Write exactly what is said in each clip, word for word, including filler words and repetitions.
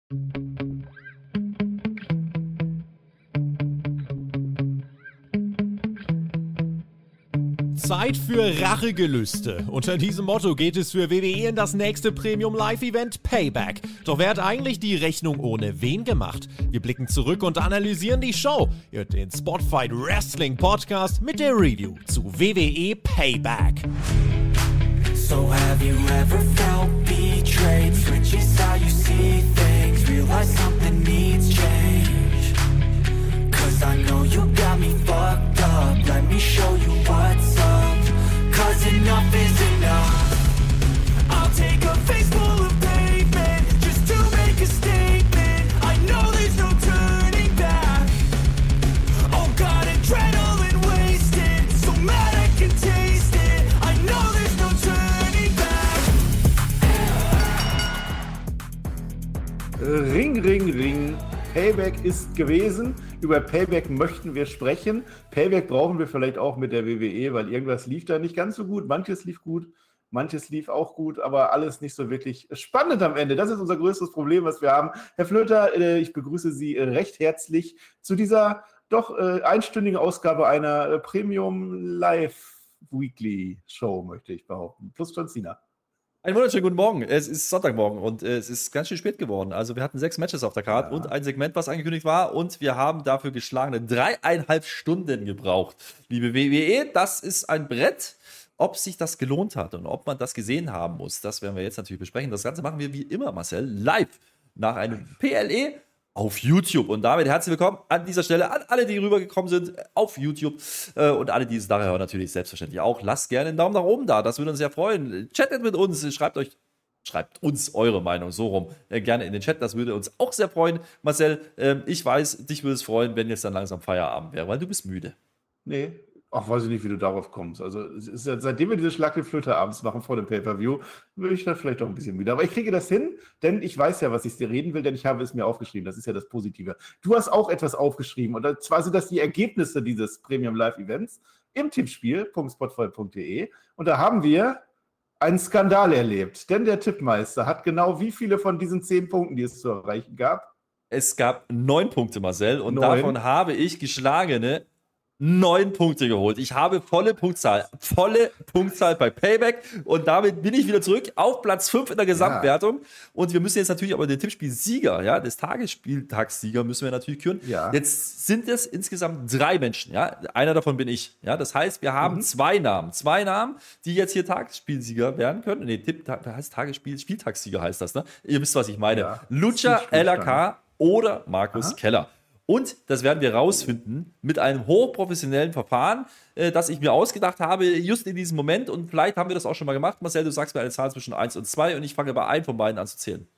Zeit für Rachegelüste. Unter diesem Motto geht es für W W E in das nächste Premium-Live-Event Payback. Doch wer hat eigentlich die Rechnung ohne wen gemacht? Wir blicken zurück und analysieren die Show. Ihr hört den Spotfight Wrestling Podcast mit der Review zu W W E Payback. So have you ever felt betrayed? Switches how you see things. Realize something needs change. Cause I know you got me fucked up. Let me show you what's up. Cause enough is enough. I'll take a face full of pavement just to make a statement. I know there's no turning back. Oh God, adrenaline wasted. So mad I can taste it. I know there's no turning back. Ring, Ring, Ring. Payback ist gewesen. Über Payback möchten wir sprechen. Payback brauchen wir vielleicht auch mit der W W E, weil irgendwas lief da nicht ganz so gut. Manches lief gut, manches lief auch gut, aber alles nicht so wirklich spannend am Ende. Das ist unser größtes Problem, was wir haben. Herr Flöter, ich begrüße Sie recht herzlich zu dieser doch einstündigen Ausgabe einer Premium Live Weekly Show, möchte ich behaupten. Plus John Cena. Einen wunderschönen guten Morgen. Es ist Sonntagmorgen und äh, es ist ganz schön spät geworden. Also wir hatten sechs Matches auf der Karte ja. und ein Segment, was angekündigt war. Und wir haben dafür geschlagene dreieinhalb Stunden gebraucht. Liebe W W E, das ist ein Brett. Ob sich das gelohnt hat und ob man das gesehen haben muss, das werden wir jetzt natürlich besprechen. Das Ganze machen wir wie immer, Marcel, live nach einem P L E auf YouTube. Und damit herzlich willkommen an dieser Stelle an alle, die rübergekommen sind auf YouTube äh, und alle, die es nachher hören, natürlich selbstverständlich auch. Lasst gerne einen Daumen nach oben da, das würde uns sehr freuen. Chattet mit uns, schreibt euch, schreibt uns eure Meinung so rum äh, gerne in den Chat, das würde uns auch sehr freuen. Marcel, äh, ich weiß, dich würde es freuen, wenn jetzt dann langsam Feierabend wäre, weil du bist müde. Nee. Ach, weiß ich nicht, wie du darauf kommst. Also, es ist ja, seitdem wir diese Schlag den Flöter abends machen vor dem Pay-Per-View, würde ich da vielleicht auch ein bisschen müde. Aber ich kriege das hin, denn ich weiß ja, was ich dir reden will, denn ich habe es mir aufgeschrieben. Das ist ja das Positive. Du hast auch etwas aufgeschrieben. Und zwar sind das die Ergebnisse dieses Premium Live-Events im Tippspiel punkt spotfight punkt de. Und da haben wir einen Skandal erlebt. Denn der Tippmeister hat genau wie viele von diesen zehn Punkten, die es zu erreichen gab? Es gab neun Punkte, Marcel. Und neun. Davon habe ich geschlagene neun Punkte geholt. Ich habe volle Punktzahl. Volle Punktzahl bei Payback. Und damit bin ich wieder zurück auf Platz fünf in der Gesamtwertung. Ja. Und wir müssen jetzt natürlich aber den Tippspielsieger, ja, des Tagesspieltagssieger müssen wir natürlich küren. Ja. Jetzt sind es insgesamt drei Menschen, ja. Einer davon bin ich. Ja, das heißt, wir haben mhm. zwei Namen. Zwei Namen, die jetzt hier Tagesspielsieger werden können. Nee, Tipp, da heißt Tagesspiel, Spieltagssieger heißt das, ne? Ihr wisst, was ich meine. Ja. Lucha L A K oder Markus Aha. Keller. Und das werden wir rausfinden mit einem hochprofessionellen Verfahren, äh, das ich mir ausgedacht habe, just in diesem Moment. Und vielleicht haben wir das auch schon mal gemacht. Marcel, du sagst mir eine Zahl zwischen eins und zwei und ich fange bei einem von beiden an zu zählen.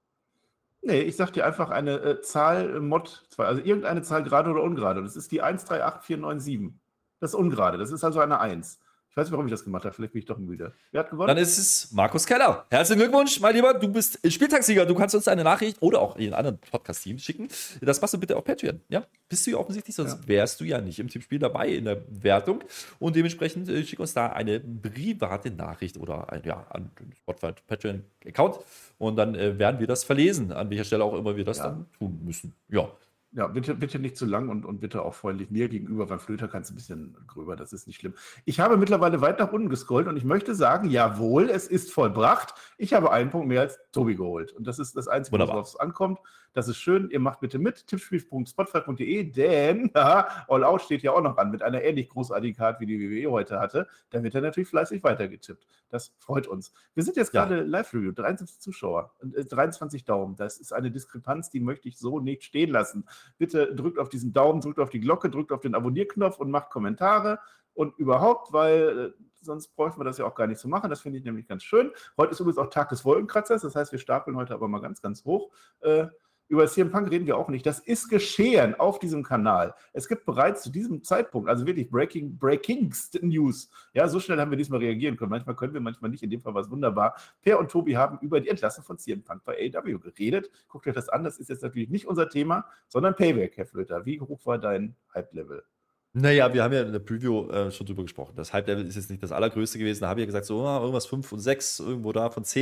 Nee, ich sag dir einfach eine äh, Zahl, äh, Mod zwei, also irgendeine Zahl gerade oder ungerade. Das ist die eins drei acht vier neun sieben. Das ist ungerade, das ist also eine eins. Ich weiß nicht, warum ich das gemacht habe. Vielleicht bin ich doch müde. Wer hat gewonnen? Dann ist es Markus Keller. Herzlichen Glückwunsch, mein Lieber. Du bist Spieltagssieger. Du kannst uns eine Nachricht oder auch in anderen Podcast-Team schicken. Das machst du bitte auf Patreon. Ja? Bist du ja offensichtlich, sonst ja. wärst du ja nicht im Tippspiel dabei in der Wertung. Und dementsprechend äh, schick uns da eine private Nachricht oder ein, ja, an den Spotify Patreon-Account. Und dann äh, werden wir das verlesen, an welcher Stelle auch immer wir das ja. dann tun müssen. Ja. Ja, bitte, bitte nicht zu lang und, und bitte auch freundlich mir gegenüber. Beim Flöter kannst du ein bisschen gröber, das ist nicht schlimm. Ich habe mittlerweile weit nach unten gescrollt und ich möchte sagen, jawohl, es ist vollbracht. Ich habe einen Punkt mehr als Tobi geholt. Und das ist das Einzige, worauf es ankommt. Das ist schön. Ihr macht bitte mit. tippspiel punkt spotfight punkt de, denn ja, All Out steht ja auch noch an mit einer ähnlich großartigen Karte, wie die W W E heute hatte. Da wird er natürlich fleißig weitergetippt. Das freut uns. Wir sind jetzt gerade ja. Live-Review, dreiundzwanzig Zuschauer, äh, dreiundzwanzig Daumen. Das ist eine Diskrepanz, die möchte ich so nicht stehen lassen. Bitte drückt auf diesen Daumen, drückt auf die Glocke, drückt auf den Abonnierknopf und macht Kommentare und überhaupt, weil äh, sonst bräuchten wir das ja auch gar nicht so machen. Das finde ich nämlich ganz schön. Heute ist übrigens auch Tag des Wolkenkratzers, das heißt, wir stapeln heute aber mal ganz, ganz hoch. Äh, Über C M Punk reden wir auch nicht. Das ist geschehen auf diesem Kanal. Es gibt bereits zu diesem Zeitpunkt, also wirklich Breaking, Breaking News. Ja, so schnell haben wir diesmal reagieren können. Manchmal können wir, manchmal nicht. In dem Fall war es wunderbar. Per und Tobi haben über die Entlassung von C M Punk bei A E W geredet. Guckt euch das an. Das ist jetzt natürlich nicht unser Thema, sondern Payback, Herr Flöter. Wie hoch war dein Hype-Level? Naja, wir haben ja in der Preview äh, schon drüber gesprochen. Das Hype-Level ist jetzt nicht das allergrößte gewesen. Da habe ich ja gesagt, so oh, irgendwas fünf und sechs, irgendwo da von zehn.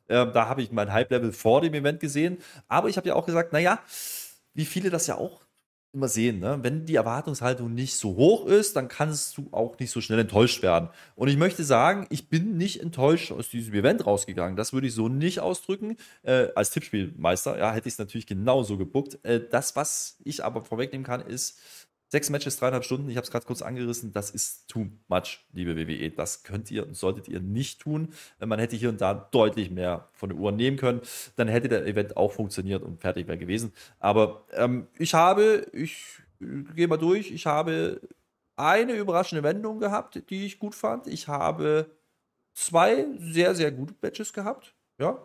Ähm, da habe ich mein Hype-Level vor dem Event gesehen. Aber ich habe ja auch gesagt, naja, wie viele das ja auch immer sehen, ne? Wenn die Erwartungshaltung nicht so hoch ist, dann kannst du auch nicht so schnell enttäuscht werden. Und ich möchte sagen, ich bin nicht enttäuscht aus diesem Event rausgegangen. Das würde ich so nicht ausdrücken. Äh, als Tippspielmeister, ja, hätte ich es natürlich genauso gebuckt. Äh, das, was ich aber vorwegnehmen kann, ist sechs Matches, dreieinhalb Stunden. Ich habe es gerade kurz angerissen. Das ist too much, liebe W W E. Das könnt ihr und solltet ihr nicht tun. Man hätte hier und da deutlich mehr von der Uhr nehmen können. Dann hätte der Event auch funktioniert und fertig wäre gewesen. Aber ähm, ich habe, ich gehe mal durch, ich habe eine überraschende Wendung gehabt, die ich gut fand. Ich habe zwei sehr, sehr gute Matches gehabt. Ja.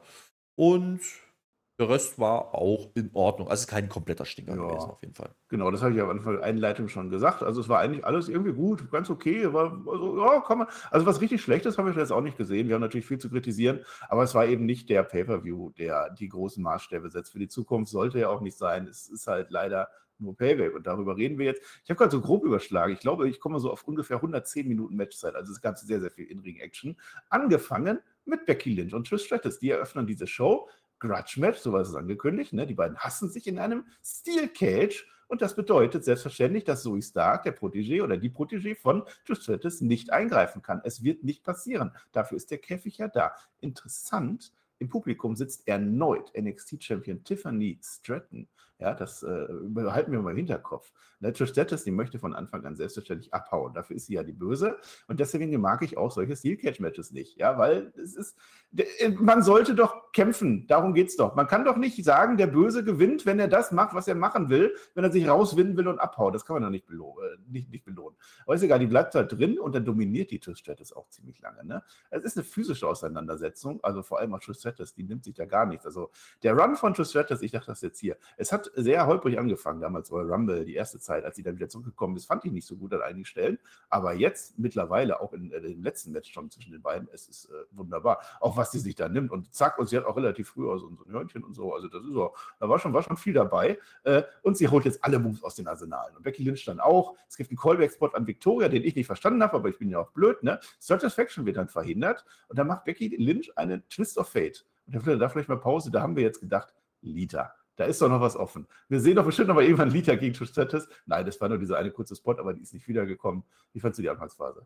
Und der Rest war auch in Ordnung. Also kein kompletter Stinker Ja. gewesen, auf jeden Fall. Genau, das habe ich am Anfang der Einleitung schon gesagt. Also es war eigentlich alles irgendwie gut, ganz okay. War, also, ja, kann man, also was richtig Schlechtes habe ich jetzt auch nicht gesehen. Wir haben natürlich viel zu kritisieren, aber es war eben nicht der Pay-Per-View, der die großen Maßstäbe setzt. Für die Zukunft sollte ja auch nicht sein. Es ist halt leider nur Payback und darüber reden wir jetzt. Ich habe gerade so grob überschlagen. Ich glaube, ich komme so auf ungefähr hundertzehn Minuten Matchzeit. Also es gab sehr, sehr viel In-Ring-Action. Angefangen mit Becky Lynch und Trish Stratus. Die eröffnen diese Show. Grudge-Match, so war es angekündigt. Ne? Die beiden hassen sich in einem Steel Cage und das bedeutet selbstverständlich, dass Zoe Stark, der Protégé oder die Protégé von Trish Stratus, nicht eingreifen kann. Es wird nicht passieren. Dafür ist der Käfig ja da. Interessant, im Publikum sitzt erneut N X T-Champion Tiffany Stratton. Ja, das äh, behalten wir mal im Hinterkopf. Ne, Trish Stratus, die möchte von Anfang an selbstverständlich abhauen. Dafür ist sie ja die Böse. Und deswegen mag ich auch solche Steel Cage Matches nicht. Ja, weil es ist, man sollte doch kämpfen. Darum geht es doch. Man kann doch nicht sagen, der Böse gewinnt, wenn er das macht, was er machen will, wenn er sich rauswinden will und abhaut. Das kann man doch nicht, belo äh, nicht, nicht belohnen. Aber ist egal, die bleibt da drin und dann dominiert die Trish Stratus auch ziemlich lange. Ne? Es ist eine physische Auseinandersetzung. Also vor allem auch Trish Stratus, die nimmt sich da gar nichts. Also der Run von Trish Stratus, ich dachte das jetzt hier, es hat sehr holprig angefangen, damals Royal Rumble, die erste Zeit, als sie dann wieder zurückgekommen ist, fand ich nicht so gut an einigen Stellen, aber jetzt mittlerweile, auch in, in dem letzten Match schon zwischen den beiden, es ist äh, wunderbar, auch was sie sich da nimmt und zack, und sie hat auch relativ früh so, so ein Hörnchen und so, also das ist so, da war schon, war schon viel dabei äh, und sie holt jetzt alle Moves aus den Arsenalen und Becky Lynch dann auch, es gibt einen Callback-Spot an Victoria, den ich nicht verstanden habe, aber ich bin ja auch blöd, ne, Satisfaction wird dann verhindert und dann macht Becky Lynch einen Twist of Fate und da da vielleicht mal Pause, da haben wir jetzt gedacht, Lita. Da ist doch noch was offen. Wir sehen doch bestimmt noch mal irgendwann Lita gegen Trish Stratus. Nein, das war nur dieser eine kurze Spot, aber die ist nicht wiedergekommen. Wie fandst du die Anfangsphase?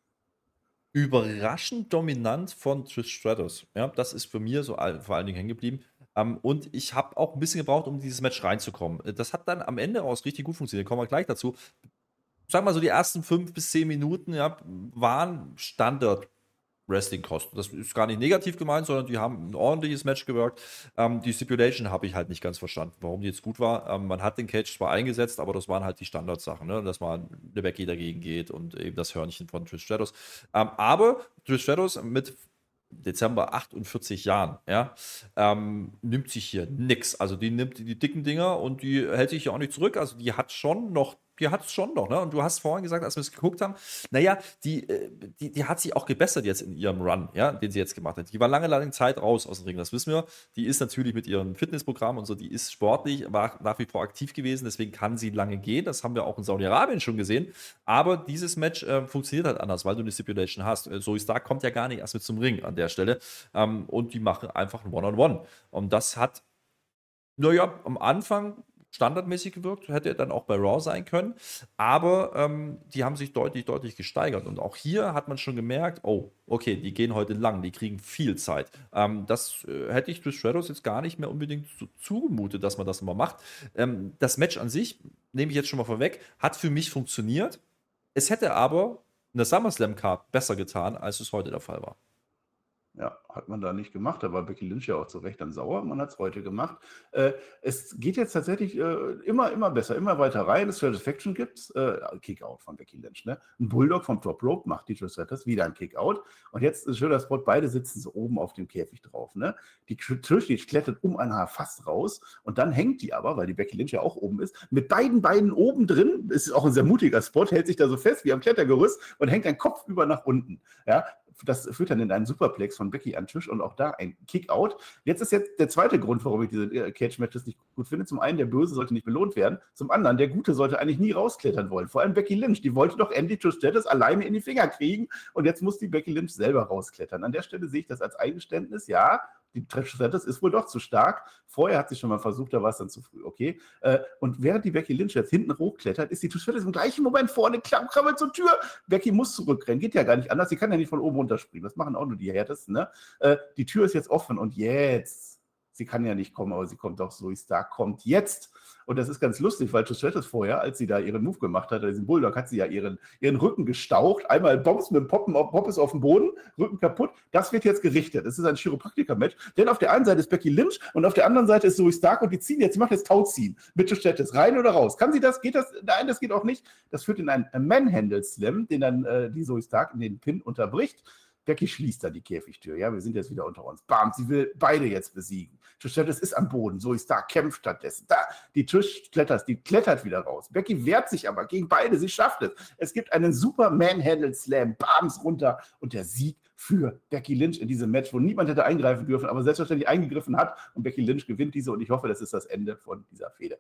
Überraschend dominant von Trish Stratus. Ja, das ist für mich so all, vor allen Dingen hängen geblieben. Um, und ich habe auch ein bisschen gebraucht, um in dieses Match reinzukommen. Das hat dann am Ende aus richtig gut funktioniert. Kommen wir gleich dazu. Sag mal so, die ersten fünf bis zehn Minuten ja, waren Standard Wrestling-Kosten. Das ist gar nicht negativ gemeint, sondern die haben ein ordentliches Match gewirkt. Ähm, die Stipulation habe ich halt nicht ganz verstanden, warum die jetzt gut war. Ähm, man hat den Cage zwar eingesetzt, aber das waren halt die Standardsachen, ne? Dass mal eine Becky dagegen geht und eben das Hörnchen von Trish Stratus. Ähm, aber Trish Stratus mit Dezember achtundvierzig Jahren, ja, ähm, nimmt sich hier nix. Also die nimmt die dicken Dinger und die hält sich ja auch nicht zurück. Also die hat schon noch Die hat es schon noch, ne? Und du hast vorhin gesagt, als wir es geguckt haben, naja, die, die, die hat sich auch gebessert jetzt in ihrem Run, ja, den sie jetzt gemacht hat. Die war lange, lange Zeit raus aus dem Ring, das wissen wir. Die ist natürlich mit ihrem Fitnessprogramm und so, die ist sportlich, war nach wie vor aktiv gewesen, deswegen kann sie lange gehen. Das haben wir auch in Saudi-Arabien schon gesehen. Aber dieses Match äh, funktioniert halt anders, weil du eine Stipulation hast. Äh, Zoe Stark kommt ja gar nicht erst mit zum Ring an der Stelle. Ähm, und die machen einfach ein One-on-One. Und das hat, naja, am Anfang standardmäßig gewirkt, hätte dann auch bei Raw sein können, aber ähm, die haben sich deutlich, deutlich gesteigert und auch hier hat man schon gemerkt, oh, okay, die gehen heute lang, die kriegen viel Zeit. Ähm, das äh, hätte ich Trish Stratus jetzt gar nicht mehr unbedingt so zugemutet, dass man das immer macht. Ähm, das Match an sich, nehme ich jetzt schon mal vorweg, hat für mich funktioniert. Es hätte aber in der SummerSlam-Card besser getan, als es heute der Fall war. Ja, hat man da nicht gemacht. Da war Becky Lynch ja auch zu Recht dann sauer. Man hat es heute gemacht. Äh, es geht jetzt tatsächlich äh, immer, immer besser, immer weiter rein. Das Satisfaction gibt es. Äh, Kickout von Becky Lynch. Ne? Ein Bulldog vom Top Rope macht die Trish Stratus wieder ein Kickout. Und jetzt ist ein schöner Spot. Beide sitzen so oben auf dem Käfig drauf. Ne? Die Trish, die klettert um ein Haar fast raus. Und dann hängt die aber, weil die Becky Lynch ja auch oben ist, mit beiden Beinen oben drin. Das ist auch ein sehr mutiger Spot. Hält sich da so fest wie am Klettergerüst und hängt ein Kopf über nach unten. Ja? Das führt dann in einen Superplex von Becky an den Tisch und auch da ein Kickout. Jetzt ist jetzt der zweite Grund, warum ich diese Cage-Matches nicht gut finde. Zum einen, der Böse sollte nicht belohnt werden. Zum anderen, der Gute sollte eigentlich nie rausklettern wollen. Vor allem Becky Lynch, die wollte doch endlich Trish Stratus alleine in die Finger kriegen und jetzt muss die Becky Lynch selber rausklettern. An der Stelle sehe ich das als Eingeständnis. Ja, die Trish Stratus ist wohl doch zu stark. Vorher hat sie schon mal versucht, da war es dann zu früh, okay? Äh, und während die Becky Lynch jetzt hinten hochklettert, ist die Trish Stratus im gleichen Moment vorne, krabbelt zur Tür. Becky muss zurückrennen, geht ja gar nicht anders. Sie kann ja nicht von oben runterspringen. Das machen auch nur die Härtesten, ne? Äh, die Tür ist jetzt offen und jetzt, sie kann ja nicht kommen, aber sie kommt doch, Zoe Stark kommt jetzt. Und das ist ganz lustig, weil Trish Stratus vorher, als sie da ihren Move gemacht hat, diesen Bulldog, hat sie ja ihren, ihren Rücken gestaucht. Einmal Bombs mit dem Poppen, Pop ist auf dem Boden, Rücken kaputt. Das wird jetzt gerichtet. Das ist ein Chiropraktiker-Match. Denn auf der einen Seite ist Becky Lynch und auf der anderen Seite ist Zoe Stark und die ziehen jetzt, sie macht jetzt Tauziehen mit Trish Stratus. Rein oder raus? Kann sie das? Geht das? Nein, das geht auch nicht. Das führt in einen Manhandle-Slam, den dann äh, die Zoe Stark in den Pin unterbricht. Becky schließt dann die Käfigtür. Ja, wir sind jetzt wieder unter uns. Bam, sie will beide jetzt besiegen. Trish Stratus ist am Boden. Zoe Stark kämpft stattdessen. Da, die Trish klettert, die klettert wieder raus. Becky wehrt sich aber gegen beide. Sie schafft es. Es gibt einen super Manhandle-Slam. Bams runter. Und der Sieg für Becky Lynch in diesem Match, wo niemand hätte eingreifen dürfen, aber selbstverständlich eingegriffen hat. Und Becky Lynch gewinnt diese. Und ich hoffe, das ist das Ende von dieser Fehde.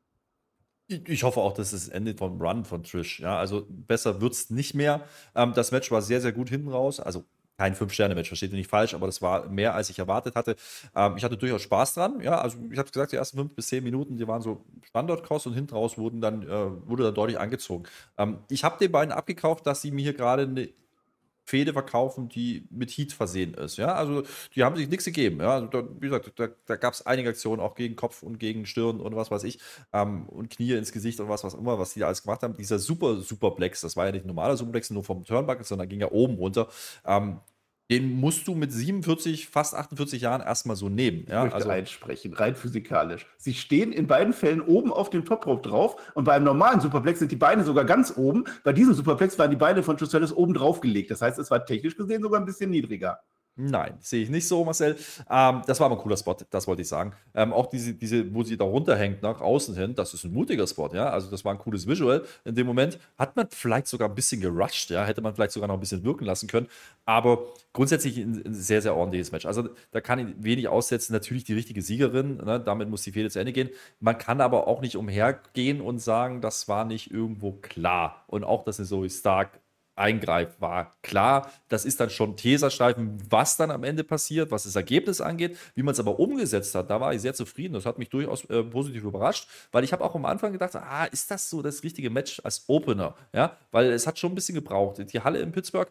Ich hoffe auch, dass es das Ende vom Run von Trish. Ja, also besser wird es nicht mehr. Ähm, das Match war sehr, sehr gut hinten raus. Also kein Fünf-Sterne-Match, versteht ihr nicht falsch, aber das war mehr, als ich erwartet hatte. Ähm, ich hatte durchaus Spaß dran. Ja, also ich habe gesagt, die ersten fünf bis zehn Minuten, die waren so Standardkost und hinten raus wurden dann, äh, wurde dann deutlich angezogen. Ähm, ich habe den beiden abgekauft, dass sie mir hier gerade eine Fehde verkaufen, die mit Heat versehen ist. Ja, also die haben sich nichts gegeben. Ja, also da, wie gesagt, da, da gab es einige Aktionen auch gegen Kopf und gegen Stirn und was weiß ich ähm, und Knie ins Gesicht und was, was immer, was die da alles gemacht haben. Dieser super, Superplex, das war ja nicht ein normaler Superplex, nur vom Turnbuckle, sondern ging ja oben runter. Ähm, den musst du mit siebenundvierzig, fast achtundvierzig Jahren erstmal so nehmen. Ja, ich möchte also einsprechen, rein physikalisch. Sie stehen in beiden Fällen oben auf dem Top Rope drauf und beim normalen Superplex sind die Beine sogar ganz oben. Bei diesem Superplex waren die Beine von Trish Stratus oben drauf gelegt. Das heißt, es war technisch gesehen sogar ein bisschen niedriger. Nein, sehe ich nicht so, Marcel. Ähm, das war aber ein cooler Spot, das wollte ich sagen. Ähm, auch diese, diese, wo sie da runterhängt nach außen hin, das ist ein mutiger Spot, ja. Also das war ein cooles Visual. In dem Moment hat man vielleicht sogar ein bisschen gerusht, ja, hätte man vielleicht sogar noch ein bisschen wirken lassen können. Aber grundsätzlich ein, ein sehr, sehr ordentliches Match. Also da kann ich wenig aussetzen. Natürlich die richtige Siegerin, ne? Damit muss die Fehde zu Ende gehen. Man kann aber auch nicht umhergehen und sagen, das war nicht irgendwo klar. Und auch, dass eine Zoe Stark eingreift, war klar. Das ist dann schon Teserstreifen, was dann am Ende passiert, was das Ergebnis angeht. Wie man es aber umgesetzt hat, da war ich sehr zufrieden. Das hat mich durchaus äh, positiv überrascht, weil ich habe auch am Anfang gedacht, ah, ist das so das richtige Match als Opener? Ja, weil es hat schon ein bisschen gebraucht. Die Halle in Pittsburgh,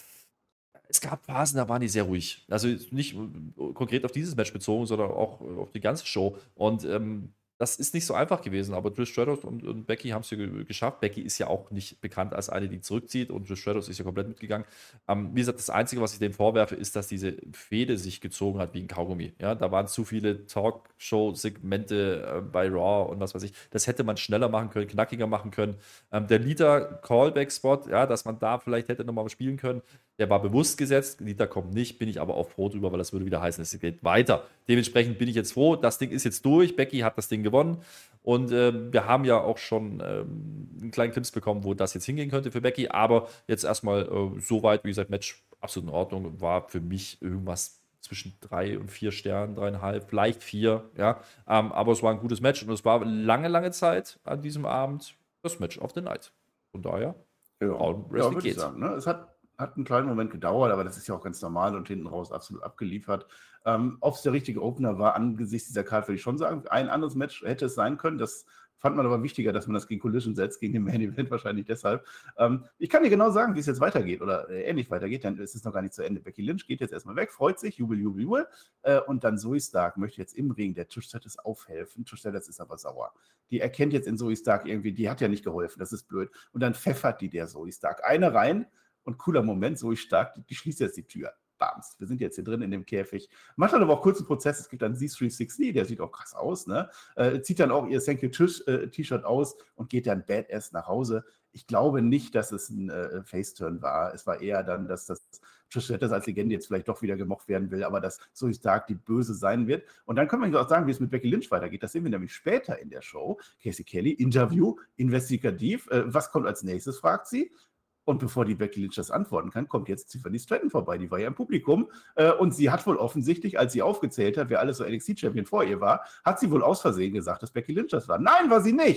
es gab Phasen, da waren die sehr ruhig. Also nicht konkret auf dieses Match bezogen, sondern auch auf die ganze Show. Und ähm, das ist nicht so einfach gewesen, aber Trish Stratus und, und Becky haben es ge- geschafft. Becky ist ja auch nicht bekannt als eine, die zurückzieht und Trish Stratus ist ja komplett mitgegangen. Ähm, wie gesagt, das Einzige, was ich dem vorwerfe, ist, dass diese Fehde sich gezogen hat wie ein Kaugummi. Ja, da waren zu viele Talkshow-Segmente äh, bei Raw und was weiß ich. Das hätte man schneller machen können, knackiger machen können. Ähm, der Lita-Callback-Spot, ja, dass man da vielleicht hätte nochmal spielen können, der war bewusst gesetzt. Lita kommt nicht, bin ich aber auch froh drüber, weil das würde wieder heißen, es geht weiter. Dementsprechend bin ich jetzt froh, das Ding ist jetzt durch. Becky hat das Ding gewonnen und äh, wir haben ja auch schon ähm, einen kleinen Clips bekommen, wo das jetzt hingehen könnte für Becky, aber jetzt erstmal äh, soweit, wie gesagt, Match absolut in Ordnung, war für mich irgendwas zwischen drei und vier Sternen, dreieinhalb, vielleicht vier, ja, ähm, aber es war ein gutes Match und es war lange, lange Zeit an diesem Abend das Match of the Night. Von daher, Ja, Frauenwrestling ja würde ich geht's. sagen. Ne? Es hat, hat einen kleinen Moment gedauert, aber das ist ja auch ganz normal und hinten raus absolut abgeliefert. Ähm, Ob es der richtige Opener war, angesichts dieser Karte, würde ich schon sagen. Ein anderes Match hätte es sein können. Das fand man aber wichtiger, dass man das gegen Collision setzt, gegen den Main Event wahrscheinlich deshalb. Ähm, ich kann dir genau sagen, wie es jetzt weitergeht oder äh, ähnlich weitergeht, denn es ist noch gar nicht zu Ende. Becky Lynch geht jetzt erstmal weg, freut sich, jubel, jubel, jubel. Äh, und dann Zoe Stark möchte jetzt im Ring der Trish Stratus aufhelfen. Trish Stratus ist aber sauer. Die erkennt jetzt in Zoe Stark irgendwie, die hat ja nicht geholfen, das ist blöd. Und dann pfeffert die der Zoe Stark eine rein und cooler Moment, Zoe Stark, die, die schließt jetzt die Tür. Bams, wir sind jetzt hier drin in dem Käfig. Macht dann aber auch kurz einen Prozess. Es gibt dann Z drei sechzig, der sieht auch krass aus, ne? Äh, zieht dann auch ihr Thank You Trish äh, T-Shirt aus und geht dann badass nach Hause. Ich glaube nicht, dass es ein äh, Faceturn war. Es war eher dann, dass das Trish Stratus als Legende jetzt vielleicht doch wieder gemocht werden will, aber dass Zoe Stark die Böse sein wird. Und dann können wir auch sagen, wie es mit Becky Lynch weitergeht. Das sehen wir nämlich später in der Show. Casey Kelly, Interview, investigativ. Äh, was kommt als nächstes, fragt sie. Und bevor die Becky Lynch das antworten kann, kommt jetzt Tiffany Stratton vorbei. Die war ja im Publikum. Äh, und sie hat wohl offensichtlich, als sie aufgezählt hat, wer alles so N X T-Champion vor ihr war, hat sie wohl aus Versehen gesagt, dass Becky Lynch das war. Nein, war sie nicht.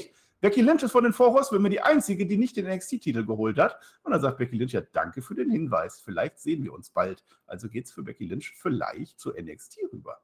Becky Lynch ist von den Four Horsewomen die einzige, die nicht den N X T-Titel geholt hat. Und dann sagt Becky Lynch, ja, danke für den Hinweis. Vielleicht sehen wir uns bald. Also geht es für Becky Lynch vielleicht zu N X T rüber.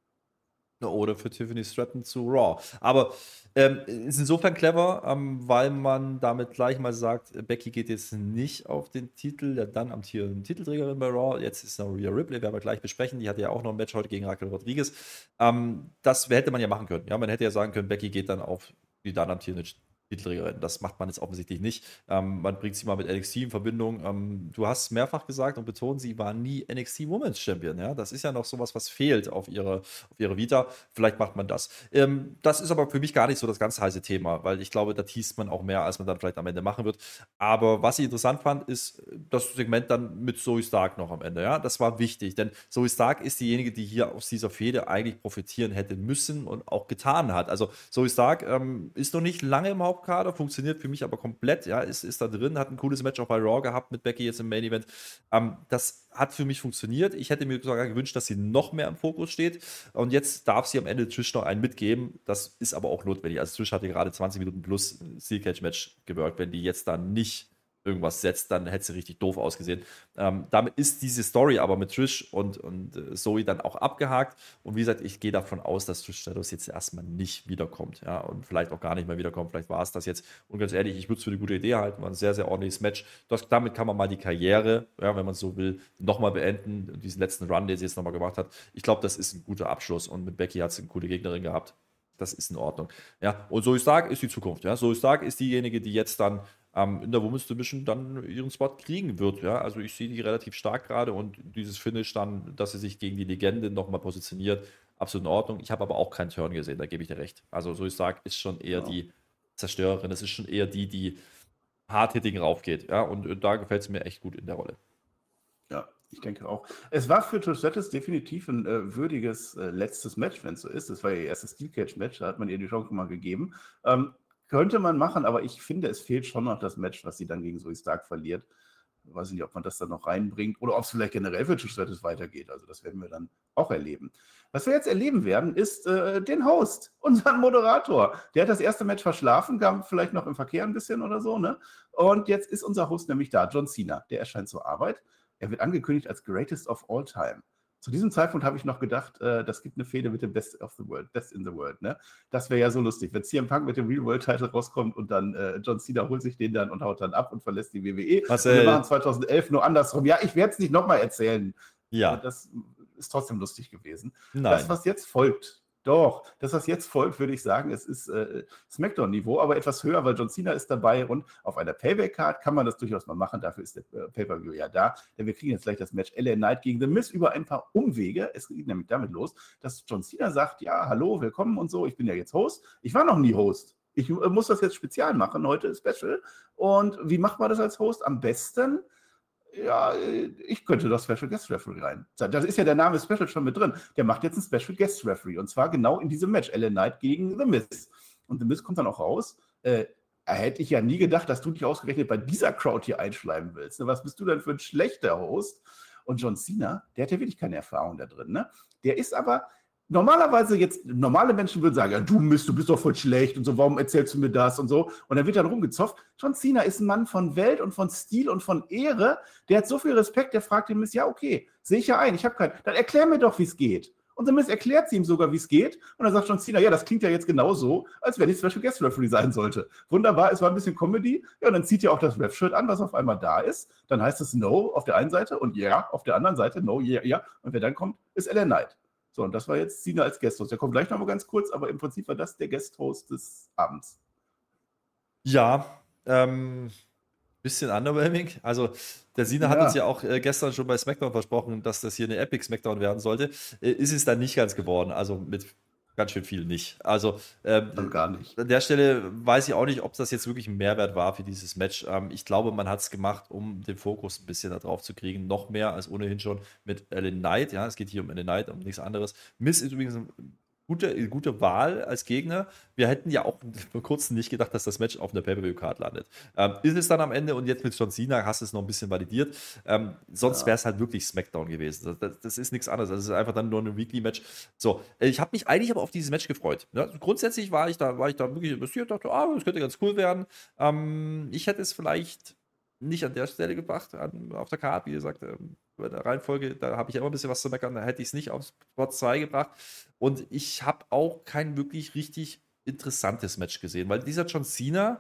Oder für Tiffany Stratton zu Raw. Aber ähm, ist insofern clever, ähm, weil man damit gleich mal sagt, Becky geht jetzt nicht auf den Titel, der dann amtierenden Titelträgerin bei Raw. Jetzt ist noch Rhea Ripley, werden wir gleich besprechen. Die hatte ja auch noch ein Match heute gegen Raquel Rodriguez. Ähm, das hätte man ja machen können. Ja, man hätte ja sagen können, Becky geht dann auf die dann amtierende Titelträgerin. Das macht man jetzt offensichtlich nicht. Ähm, man bringt sie mal mit N X T in Verbindung. Ähm, du hast mehrfach gesagt und betont, sie war nie N X T Women's Champion. Ja? Das ist ja noch sowas, was fehlt auf ihre, auf ihre Vita. Vielleicht macht man das. Ähm, das ist aber für mich gar nicht so das ganz heiße Thema, weil ich glaube, da teast man auch mehr, als man dann vielleicht am Ende machen wird. Aber was ich interessant fand, ist das Segment dann mit Zoe Stark noch am Ende. Ja? Das war wichtig, denn Zoe Stark ist diejenige, die hier aus dieser Fehde eigentlich profitieren hätte müssen und auch getan hat. Also Zoe Stark ähm, ist noch nicht lange im Hauptkader, funktioniert für mich aber komplett, ja, ist, ist da drin, hat ein cooles Match auch bei Raw gehabt mit Becky jetzt im Main Event. Ähm, das hat für mich funktioniert. Ich hätte mir sogar gewünscht, dass sie noch mehr im Fokus steht und jetzt darf sie am Ende Trish noch einen mitgeben. Das ist aber auch notwendig. Also Trish hatte gerade zwanzig Minuten plus Steel Cage Match gewirkt. Wenn die jetzt da nicht irgendwas setzt, dann hätte sie richtig doof ausgesehen. Ähm, damit ist diese Story aber mit Trish und, und äh, Zoe dann auch abgehakt. Und wie gesagt, ich gehe davon aus, dass Trish Stratus jetzt erstmal nicht wiederkommt. Ja, und vielleicht auch gar nicht mehr wiederkommt. Vielleicht war es das jetzt. Und ganz ehrlich, ich würde es für eine gute Idee halten. War ein sehr, sehr ordentliches Match. Das, damit kann man mal die Karriere, ja, wenn man so will, nochmal beenden. Diesen letzten Run, den sie jetzt nochmal gemacht hat. Ich glaube, das ist ein guter Abschluss. Und mit Becky hat sie eine coole Gegnerin gehabt. Das ist in Ordnung. Ja, und Zoe Stark ist die Zukunft. Ja, Zoe Stark ist diejenige, die jetzt dann ähm, in der Women's Division dann ihren Spot kriegen wird. Ja, also ich sehe die relativ stark gerade und dieses Finish dann, dass sie sich gegen die Legende nochmal positioniert, absolut in Ordnung. Ich habe aber auch keinen Turn gesehen, da gebe ich dir recht. Also Zoe Stark ist schon eher ja. die Zerstörerin. Das ist schon eher die, die hard-hitting raufgeht. Ja, und, und da gefällt es mir echt gut in der Rolle. Ja. Ich denke auch. Es war für Trish Stratus definitiv ein äh, würdiges äh, letztes Match, wenn es so ist. Das war ihr erstes Steel Cage Match, da hat man ihr die Chance mal gegeben. Ähm, könnte man machen, aber ich finde, es fehlt schon noch das Match, was sie dann gegen Zoe Stark verliert. Ich weiß nicht, ob man das dann noch reinbringt oder ob es vielleicht generell für Trish Stratus weitergeht. Also das werden wir dann auch erleben. Was wir jetzt erleben werden, ist äh, den Host, unseren Moderator. Der hat das erste Match verschlafen, kam vielleicht noch im Verkehr ein bisschen oder so, ne? Und jetzt ist unser Host nämlich da, John Cena. Der erscheint zur Arbeit. Er wird angekündigt als Greatest of All Time. Zu diesem Zeitpunkt habe ich noch gedacht, äh, das gibt eine Fehde mit dem Best of the World, Best in the World. Ne? Das wäre ja so lustig, wenn C M Punk mit dem Real World Title rauskommt und dann äh, John Cena holt sich den dann und haut dann ab und verlässt die W W E. Was, und wir äh, machen zweitausendelf nur andersrum. Ja, ich werde es nicht nochmal erzählen. Ja. Das ist trotzdem lustig gewesen. Nein. Das, was jetzt folgt, doch, das, was jetzt folgt, würde ich sagen, es ist äh, Smackdown-Niveau, aber etwas höher, weil John Cena ist dabei und auf einer Payback-Card kann man das durchaus mal machen, dafür ist der äh, Pay-Per-View ja da, denn wir kriegen jetzt gleich das Match L A Knight gegen The Miz über ein paar Umwege. Es geht nämlich damit los, dass John Cena sagt, ja, hallo, willkommen und so, ich bin ja jetzt Host. Ich war noch nie Host. Ich äh, muss das jetzt spezial machen, heute ist Special. Und wie macht man das als Host? Am besten... Ja, ich könnte doch Special Guest Referee rein. Da ist ja der Name Special schon mit drin. Der macht jetzt einen Special Guest Referee. Und zwar genau in diesem Match. L A Knight gegen The Miz. Und The Miz kommt dann auch raus. Äh, hätte ich ja nie gedacht, dass du dich ausgerechnet bei dieser Crowd hier einschleimen willst. Was bist du denn für ein schlechter Host? Und John Cena, der hat ja wirklich keine Erfahrung da drin. Ne? Der ist aber... Normalerweise jetzt, normale Menschen würden sagen, ja, du Mist, du bist doch voll schlecht und so, warum erzählst du mir das und so. Und dann wird dann rumgezopft. John Cena ist ein Mann von Welt und von Stil und von Ehre. Der hat so viel Respekt, der fragt den Mist, ja, okay, sehe ich ja ein, ich habe keinen. Dann erklär mir doch, wie es geht. Und dann erklärt sie ihm sogar, wie es geht. Und dann sagt John Cena, ja, das klingt ja jetzt genauso, als wenn ich Special Guest Referee sein sollte. Wunderbar, es war ein bisschen Comedy. Ja, und dann zieht er auch das Ref-Shirt an, was auf einmal da ist. Dann heißt es No auf der einen Seite und Yeah auf der anderen Seite. No, Yeah, Yeah. Und wer dann kommt, ist L A Knight. So, und das war jetzt Cena als Guest-Host. Der kommt gleich noch mal ganz kurz, aber im Prinzip war das der Guest-Host des Abends. Ja, ähm, bisschen underwhelming. Also, der Cena ja. hat uns ja auch äh, gestern schon bei SmackDown versprochen, dass das hier eine Epic SmackDown werden sollte. Äh, ist es dann nicht ganz geworden. Also, mit ganz schön viel nicht. Also, ähm, also gar nicht. An der Stelle weiß ich auch nicht, ob das jetzt wirklich ein Mehrwert war für dieses Match. Ähm, ich glaube, man hat es gemacht, um den Fokus ein bisschen darauf zu kriegen. Noch mehr als ohnehin schon mit L A Knight. Ja, es geht hier um L A Knight, um nichts anderes. Miz ist übrigens ein gute, gute Wahl als Gegner. Wir hätten ja auch vor kurzem nicht gedacht, dass das Match auf einer Pay-Per-View-Card landet. Ähm, ist es dann am Ende und jetzt mit John Cena hast du es noch ein bisschen validiert. Ähm, sonst Ja. wäre es halt wirklich SmackDown gewesen. Das, das, das ist nichts anderes. Das ist einfach dann nur ein Weekly-Match. So, äh, ich habe mich eigentlich aber auf dieses Match gefreut. Ja, grundsätzlich war ich da, war ich da wirklich investiert, dachte, ah, das könnte ganz cool werden. Ähm, ich hätte es vielleicht nicht an der Stelle gebracht, an, auf der Karte, wie gesagt, ähm, bei der Reihenfolge, da habe ich ja immer ein bisschen was zu meckern, da hätte ich es nicht auf Spot zwei gebracht. Und ich habe auch kein wirklich richtig interessantes Match gesehen, weil dieser John Cena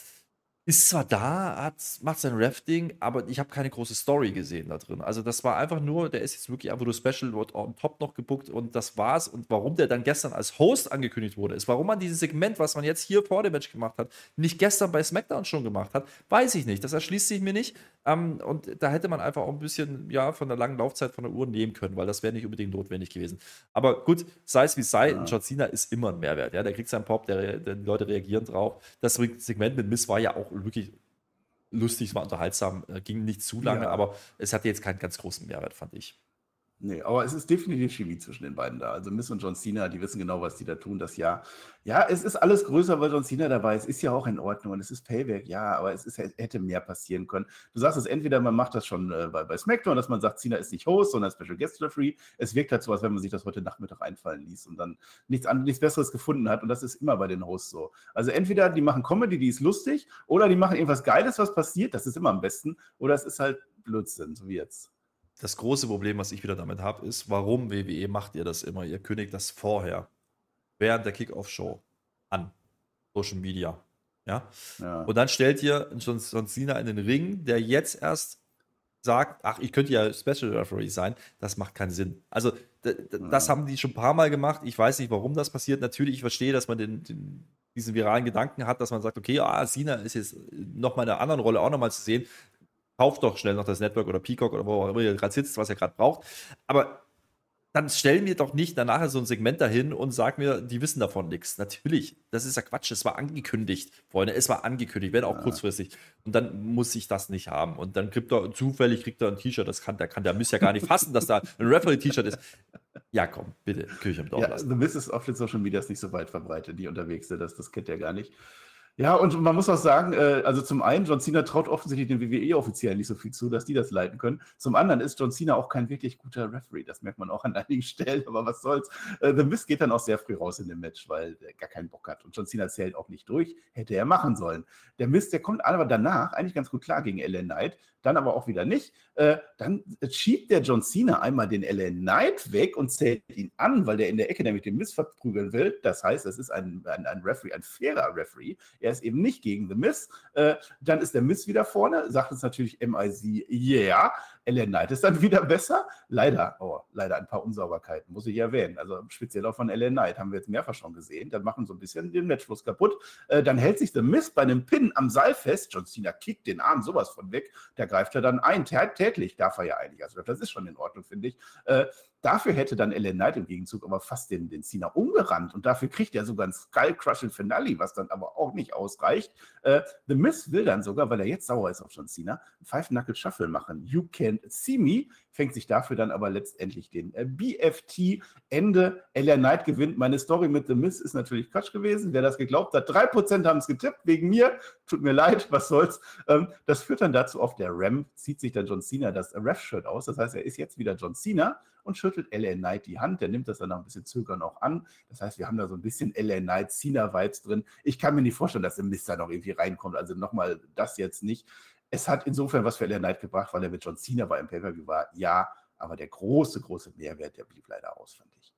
ist zwar da, hat, macht sein Ref-Ding, aber ich habe keine große Story gesehen da drin. Also das war einfach nur, der ist jetzt wirklich einfach nur Special, wird on top noch gebuckt und das war's. Und warum der dann gestern als Host angekündigt wurde, ist, warum man dieses Segment, was man jetzt hier vor dem Match gemacht hat, nicht gestern bei SmackDown schon gemacht hat, weiß ich nicht. Das erschließt sich mir nicht. Ähm, und da hätte man einfach auch ein bisschen, ja, von der langen Laufzeit von der Uhr nehmen können, weil das wäre nicht unbedingt notwendig gewesen. Aber gut, sei es wie es sei, Ja. John Cena ist immer ein Mehrwert. Ja? Der kriegt seinen Pop, der, der, die Leute reagieren drauf. Das Segment mit Miz war ja auch wirklich lustig, es war unterhaltsam, äh, ging nicht zu lange, Ja. aber es hatte jetzt keinen ganz großen Mehrwert, fand ich. Nee, aber es ist definitiv Chemie zwischen den beiden da. Also Miz und John Cena, die wissen genau, was die da tun. Das Jahr. Ja, es ist alles größer, weil John Cena dabei ist. Ist ja auch in Ordnung und es ist Payback, ja, aber es ist, hätte mehr passieren können. Du sagst es entweder, man macht das schon äh, bei, bei SmackDown, dass man sagt, Cena ist nicht Host, sondern Special Guest Referee. Es wirkt halt so, als wenn man sich das heute Nachmittag einfallen ließ und dann nichts, an, nichts Besseres gefunden hat. Und das ist immer bei den Hosts so. Also entweder die machen Comedy, die ist lustig, oder die machen irgendwas Geiles, was passiert. Das ist immer am besten. Oder es ist halt Blödsinn, so wie jetzt. Das große Problem, was ich wieder damit habe, ist, warum W W E macht ihr das immer? Ihr kündigt das vorher, während der Kickoff-Show an, Social Media. Ja? Ja. Und dann stellt ihr John, John Cena in den Ring, der jetzt erst sagt, ach, ich könnte ja Special Referee sein. Das macht keinen Sinn. Also, d- d- das Ja. haben die schon ein paar Mal gemacht. Ich weiß nicht, warum das passiert. Natürlich, ich verstehe, dass man den, den, diesen viralen Gedanken hat, dass man sagt, okay, ah, Cena ist jetzt nochmal in einer anderen Rolle auch nochmal zu sehen. Kauft doch schnell noch das Network oder Peacock oder wo auch immer ihr gerade sitzt, was ihr gerade braucht. Aber dann stellen wir doch nicht danach so ein Segment dahin und sagen mir, die wissen davon nichts. Natürlich, das ist ja Quatsch. Es war angekündigt, Freunde. Es war angekündigt, wenn auch Ja. kurzfristig. Und dann muss ich das nicht haben. Und dann kriegt er zufällig kriegt er ein T-Shirt. Das kann der kann der Miss ja gar nicht fassen, dass da ein Referee-T-Shirt ist. Ja, komm, bitte, Kirche im Dorf Ja, lassen. The Miz ist auf den Social Medias nicht so weit verbreitet, die unterwegs sind. Das, das kennt er gar nicht. Ja, und man muss auch sagen, äh, also zum einen, John Cena traut offensichtlich den W W E-Offiziellen nicht so viel zu, dass die das leiten können. Zum anderen ist John Cena auch kein wirklich guter Referee. Das merkt man auch an einigen Stellen, aber was soll's. Äh, The Miz geht dann auch sehr früh raus in dem Match, weil er gar keinen Bock hat. Und John Cena zählt auch nicht durch. Hätte er machen sollen. Der Miz, der kommt aber danach eigentlich ganz gut klar gegen L A Knight, dann aber auch wieder nicht. Äh, dann schiebt der John Cena einmal den L A Knight weg und zählt ihn an, weil der in der Ecke nämlich den Miz verprügeln will. Das heißt, es ist ein, ein, ein Referee, ein fairer Referee. Er ist eben nicht gegen The Miz. Äh, dann ist der Miz wieder vorne, sagt uns natürlich M I C, yeah. L A Knight ist dann wieder besser. Leider, oh, leider ein paar Unsauberkeiten, muss ich erwähnen. Also speziell auch von L A Knight haben wir jetzt mehrfach schon gesehen. Dann machen so ein bisschen den Matchfluss kaputt. Äh, dann hält sich The Miz bei einem Pin am Seil fest. John Cena kickt den Arm sowas von weg. Da greift er dann ein. Tä- Tätlich darf er ja eigentlich. Also das ist schon in Ordnung, finde ich. Äh, Dafür hätte dann L A Knight im Gegenzug aber fast den, den Cena umgerannt und dafür kriegt er sogar ein Skull-Crushing Finale, was dann aber auch nicht ausreicht. Äh, The Miz will dann sogar, weil er jetzt sauer ist auf John Cena, ein Five-Knuckle-Shuffle machen. You can't see me, fängt sich dafür dann aber letztendlich den äh, B F T. Ende, L A Knight gewinnt. Meine Story mit The Miz ist natürlich Quatsch gewesen. Wer das geglaubt hat, drei Prozent haben es getippt, wegen mir. Tut mir leid, was soll's. Ähm, das führt dann dazu, auf der Ram zieht sich dann John Cena das Ref-Shirt aus. Das heißt, er ist jetzt wieder John Cena und schüttelt L A Knight die Hand. Der nimmt das dann noch ein bisschen zögern auch an. Das heißt, wir haben da so ein bisschen L A Knight Cena-Vibes drin. Ich kann mir nicht vorstellen, dass der Miz da noch irgendwie reinkommt. Also nochmal das jetzt nicht. Es hat insofern was für L A Knight gebracht, weil er mit John Cena bei im Pay-Per-View war. Ja, aber der große, große Mehrwert, der blieb leider aus, fand ich.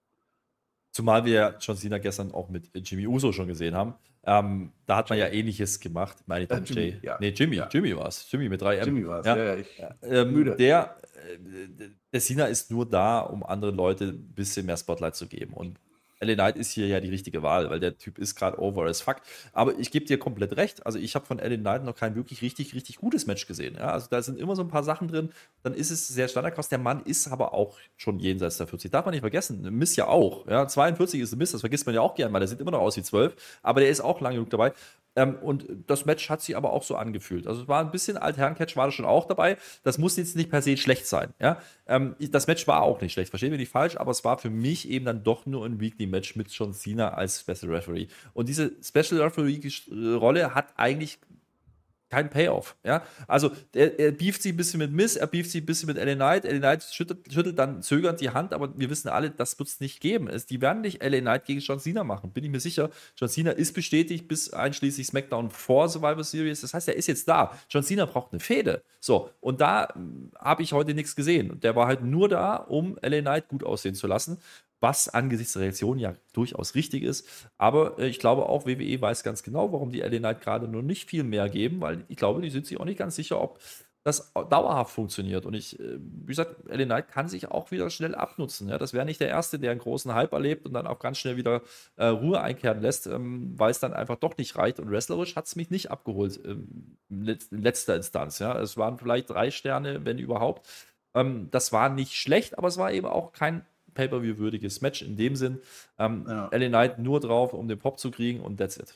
Zumal wir John Cena gestern auch mit Jimmy Uso schon gesehen haben. Ähm, da hat man ja Ähnliches gemacht. Meine ich Äh, dann Jimmy, Jay. ja. Nee, Jimmy. Ja. Jimmy war es. Jimmy mit drei M. Jimmy war es, Ja. ja, ja, ich Ähm, müde. der, äh, der Cena ist nur da, um anderen Leuten ein bisschen mehr Spotlight zu geben. Und L A Knight ist hier ja die richtige Wahl, weil der Typ ist gerade over as fuck. Aber ich gebe dir komplett recht. Also ich habe von L A Knight noch kein wirklich richtig, richtig gutes Match gesehen. Ja, also da sind immer so ein paar Sachen drin. Dann ist es sehr standardkost. Der Mann ist aber auch schon jenseits der vierzig. Darf man nicht vergessen. Miss ja auch. Ja, zweiundvierzig ist ein Miss. Das vergisst man ja auch gern, weil der sieht immer noch aus wie zwölf. Aber der ist auch lang genug dabei. Ähm, und das Match hat sich aber auch so angefühlt. Also es war ein bisschen Altherren-Catch, war da schon auch dabei. Das muss jetzt nicht per se schlecht sein. Ja? Ähm, das Match war auch nicht schlecht, verstehen wir nicht falsch, aber es war für mich eben dann doch nur ein Weekly-Match mit John Cena als Special Referee. Und diese Special Referee-Rolle hat eigentlich kein Payoff, ja. Also er, er beeft sich ein bisschen mit Miz, er beeft sich ein bisschen mit L A Knight. L A Knight schüttelt, schüttelt dann zögernd die Hand, aber wir wissen alle, das wird es nicht geben. Es, die werden nicht L A Knight gegen John Cena machen, bin ich mir sicher. John Cena ist bestätigt bis einschließlich SmackDown vor Survivor Series. Das heißt, er ist jetzt da. John Cena braucht eine Fehde. So, und da habe ich heute nichts gesehen. Und der war halt nur da, um L A Knight gut aussehen zu lassen. Was angesichts der Reaktion ja durchaus richtig ist. Aber äh, ich glaube auch, W W E weiß ganz genau, warum die L A Knight gerade nur nicht viel mehr geben, weil ich glaube, die sind sich auch nicht ganz sicher, ob das dauerhaft funktioniert. Und ich, äh, wie gesagt, L A Knight kann sich auch wieder schnell abnutzen. Ja? Das wäre nicht der Erste, der einen großen Hype erlebt und dann auch ganz schnell wieder äh, Ruhe einkehren lässt, ähm, weil es dann einfach doch nicht reicht. Und wrestlerisch hat es mich nicht abgeholt ähm, in letzter Instanz. Ja? Es waren vielleicht drei Sterne, wenn überhaupt. Ähm, das war nicht schlecht, aber es war eben auch kein Pay-Per-View-würdiges Match in dem Sinn. Ähm, Ja. L A Knight nur drauf, um den Pop zu kriegen und that's it.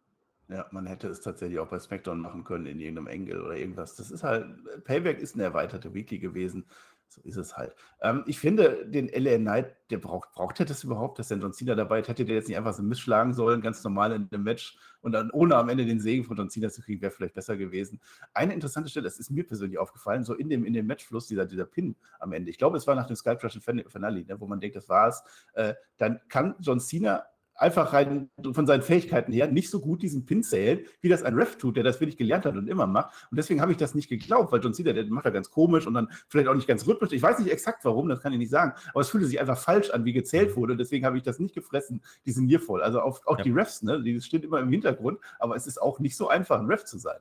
Ja, man hätte es tatsächlich auch bei SmackDown machen können in irgendeinem Engel oder irgendwas. Das ist halt, Payback ist eine erweiterte Weekly gewesen. So ist es halt. Ähm, ich finde, den L A Knight, der braucht, braucht er das überhaupt, dass der John Cena dabei ist? Hätte der jetzt nicht einfach so missschlagen sollen, ganz normal in dem Match und dann ohne am Ende den Segen von John Cena zu kriegen, wäre vielleicht besser gewesen. Eine interessante Stelle, das ist mir persönlich aufgefallen, so in dem, in dem Matchfluss, dieser, dieser Pin am Ende. Ich glaube, es war nach dem Sky Crush Finale, ne, wo man denkt, das war's. Äh, dann kann John Cena einfach rein von seinen Fähigkeiten her nicht so gut diesen Pin zählen, wie das ein Ref tut, der das wirklich gelernt hat und immer macht. Und deswegen habe ich das nicht geglaubt, weil John Cena, der macht ja ganz komisch und dann vielleicht auch nicht ganz rhythmisch. Ich weiß nicht exakt warum, das kann ich nicht sagen, aber es fühlte sich einfach falsch an, wie gezählt wurde. Deswegen habe ich das nicht gefressen, diesen Nearfall. Also auch, auch Ja. die Refs, ne, die stehen immer im Hintergrund, aber es ist auch nicht so einfach, ein Ref zu sein.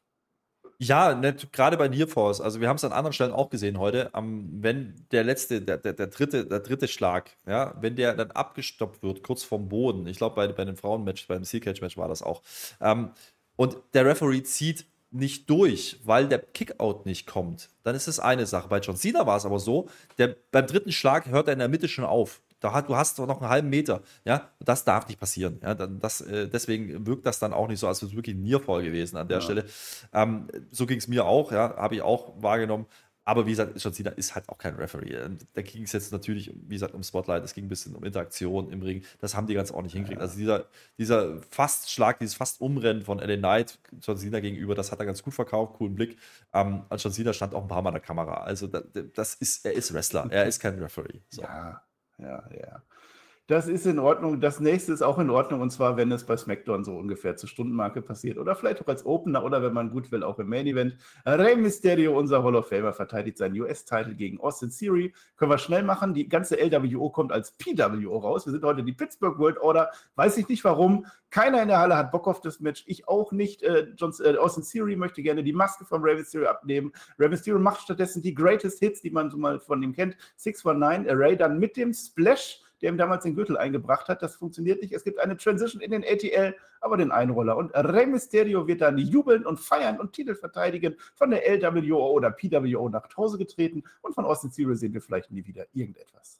Ja, nicht, gerade bei Nearfalls. Also wir haben es an anderen Stellen auch gesehen heute. Ähm, wenn der letzte, der, der, der, dritte, der dritte Schlag, ja, wenn der dann abgestoppt wird, kurz vorm Boden, ich glaube bei, bei dem Frauenmatch, beim Steel Cage Match war das auch, ähm, und der Referee zieht nicht durch, weil der Kickout nicht kommt, dann ist das eine Sache. Bei John Cena war es aber so, der, beim dritten Schlag hört er in der Mitte schon auf. Da hat, du hast doch noch einen halben Meter. Ja, das darf nicht passieren. Ja, dann das, äh, deswegen wirkt das dann auch nicht so, als wäre es wirklich ein Nearfall gewesen an der Ja. Stelle. Ähm, so ging es mir auch, ja, habe ich auch wahrgenommen. Aber wie gesagt, John Cena ist halt auch kein Referee. Da ging es jetzt natürlich, wie gesagt, um Spotlight, es ging ein bisschen um Interaktion im Ring. Das haben die ganz ordentlich hingekriegt. Also dieser, dieser Fastschlag, dieses Fast-Umrennen von L A Knight John Cena gegenüber, das hat er ganz gut verkauft, coolen Blick. Ähm, und John Cena stand auch ein paar Mal an der Kamera. Also da, das ist, er ist Wrestler, er ist kein Referee. So. Ja, ja, ja. Das ist in Ordnung. Das nächste ist auch in Ordnung, und zwar, wenn es bei SmackDown so ungefähr zur Stundenmarke passiert oder vielleicht auch als Opener oder wenn man gut will, auch im Main Event. Rey Mysterio, unser Hall of Famer, verteidigt seinen U S-Titel gegen Austin Theory. Können wir schnell machen. Die ganze L W O kommt als P W O raus. Wir sind heute die Pittsburgh World Order. Weiß ich nicht warum. Keiner in der Halle hat Bock auf das Match. Ich auch nicht. Äh, John, äh, Austin Theory möchte gerne die Maske von Rey Mysterio abnehmen. Rey Mysterio macht stattdessen die Greatest Hits, die man so mal von ihm kennt. six one nine. Rey dann mit dem Splash, der ihm damals den Gürtel eingebracht hat. Das funktioniert nicht. Es gibt eine Transition in den A T L, aber den Einroller. Und Rey Mysterio wird dann jubeln und feiern und Titel verteidigen. Von der L W O oder P W O nach Hause getreten. Und von Austin Theory sehen wir vielleicht nie wieder irgendetwas.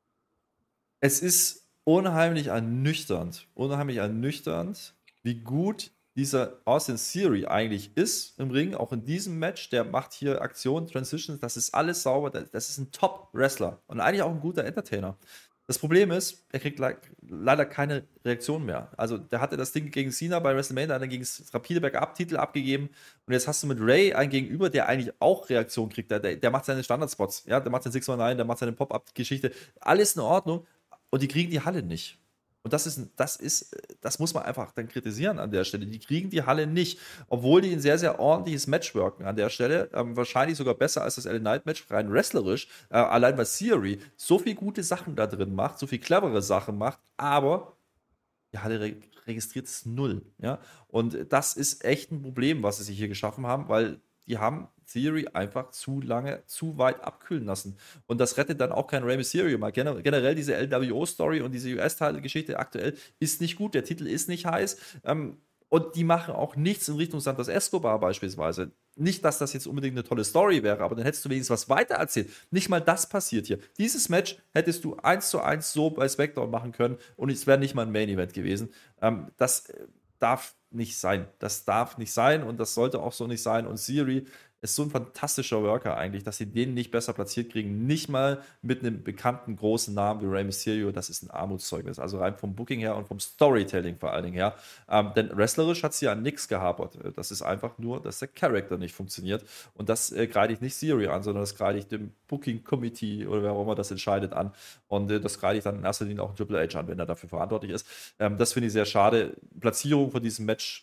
Es ist unheimlich ernüchternd, unheimlich ernüchternd, wie gut dieser Austin Theory eigentlich ist im Ring, auch in diesem Match. Der macht hier Aktionen, Transitions, das ist alles sauber. Das ist ein Top-Wrestler und eigentlich auch ein guter Entertainer. Das Problem ist, er kriegt le leider keine Reaktion mehr. Also der hatte das Ding gegen Cena bei WrestleMania, hat dann gegen das rapide Bergab-Titel abgegeben und jetzt hast du mit Ray einen Gegenüber, der eigentlich auch Reaktion kriegt. Der, der macht seine Standardspots, ja, der macht seine six one nine, der macht seine Pop-Up-Geschichte. Alles in Ordnung und die kriegen die Halle nicht. Und das ist, das ist, das muss man einfach dann kritisieren an der Stelle. Die kriegen die Halle nicht, obwohl die ein sehr, sehr ordentliches Match worken an der Stelle. Ähm, wahrscheinlich sogar besser als das L A Knight Match, rein wrestlerisch. Äh, allein weil Theory so viele gute Sachen da drin macht, so viele clevere Sachen macht, aber die Halle re registriert es null. Ja? Und das ist echt ein Problem, was sie sich hier geschaffen haben, weil die haben Theory einfach zu lange, zu weit abkühlen lassen. Und das rettet dann auch kein Rey Mysterio mal. Gener generell diese L W O-Story und diese U S-Title-Geschichte aktuell ist nicht gut. Der Titel ist nicht heiß. Ähm, und die machen auch nichts in Richtung Santos Escobar beispielsweise. Nicht, dass das jetzt unbedingt eine tolle Story wäre, aber dann hättest du wenigstens was weiter erzählt. Nicht mal das passiert hier. Dieses Match hättest du eins zu eins so bei SmackDown machen können und es wäre nicht mal ein Main-Event gewesen. Ähm, das darf nicht sein. Das darf nicht sein und das sollte auch so nicht sein. Und Theory ist so ein fantastischer Worker eigentlich, dass sie den nicht besser platziert kriegen. Nicht mal mit einem bekannten großen Namen wie Rey Mysterio. Das ist ein Armutszeugnis. Also rein vom Booking her und vom Storytelling vor allen Dingen her. Ähm, denn wrestlerisch hat sie an nichts gehapert. Das ist einfach nur, dass der Charakter nicht funktioniert. Und das äh, kreide ich nicht Theory an, sondern das kreide ich dem Booking Committee oder wer auch immer das entscheidet an. Und äh, das kreide ich dann in erster Linie auch Triple H an, wenn er dafür verantwortlich ist. Ähm, das finde ich sehr schade. Platzierung von diesem Match.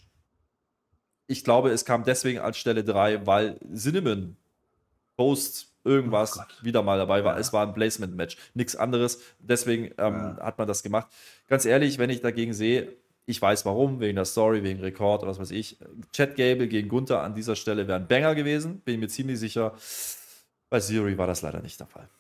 Ich glaube, es kam deswegen als Stelle drei, weil Cinnamon Post irgendwas Oh Gott. wieder mal dabei war. Ja. Es war ein Placement-Match, nichts anderes. Deswegen ähm, Ja. hat man das gemacht. Ganz ehrlich, wenn ich dagegen sehe, ich weiß warum, wegen der Story, wegen Rekord oder was weiß ich. Chad Gable gegen Gunther an dieser Stelle wäre ein Banger gewesen, bin ich mir ziemlich sicher. Bei Theory war das leider nicht der Fall.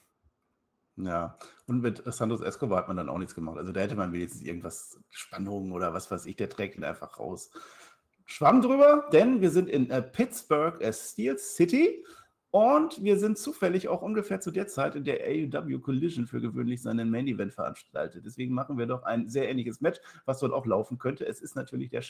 Ja, und mit Santos Escobar hat man dann auch nichts gemacht. Also da hätte man wenigstens irgendwas, Spannungen oder was weiß ich, der trägt ihn einfach raus. Schwamm drüber, denn wir sind in äh, Pittsburgh, äh, Steel City und wir sind zufällig auch ungefähr zu der Zeit, in der A E W Collision für gewöhnlich seinen Main Event veranstaltet. Deswegen machen wir doch ein sehr ähnliches Match, was dort auch laufen könnte. Es ist natürlich der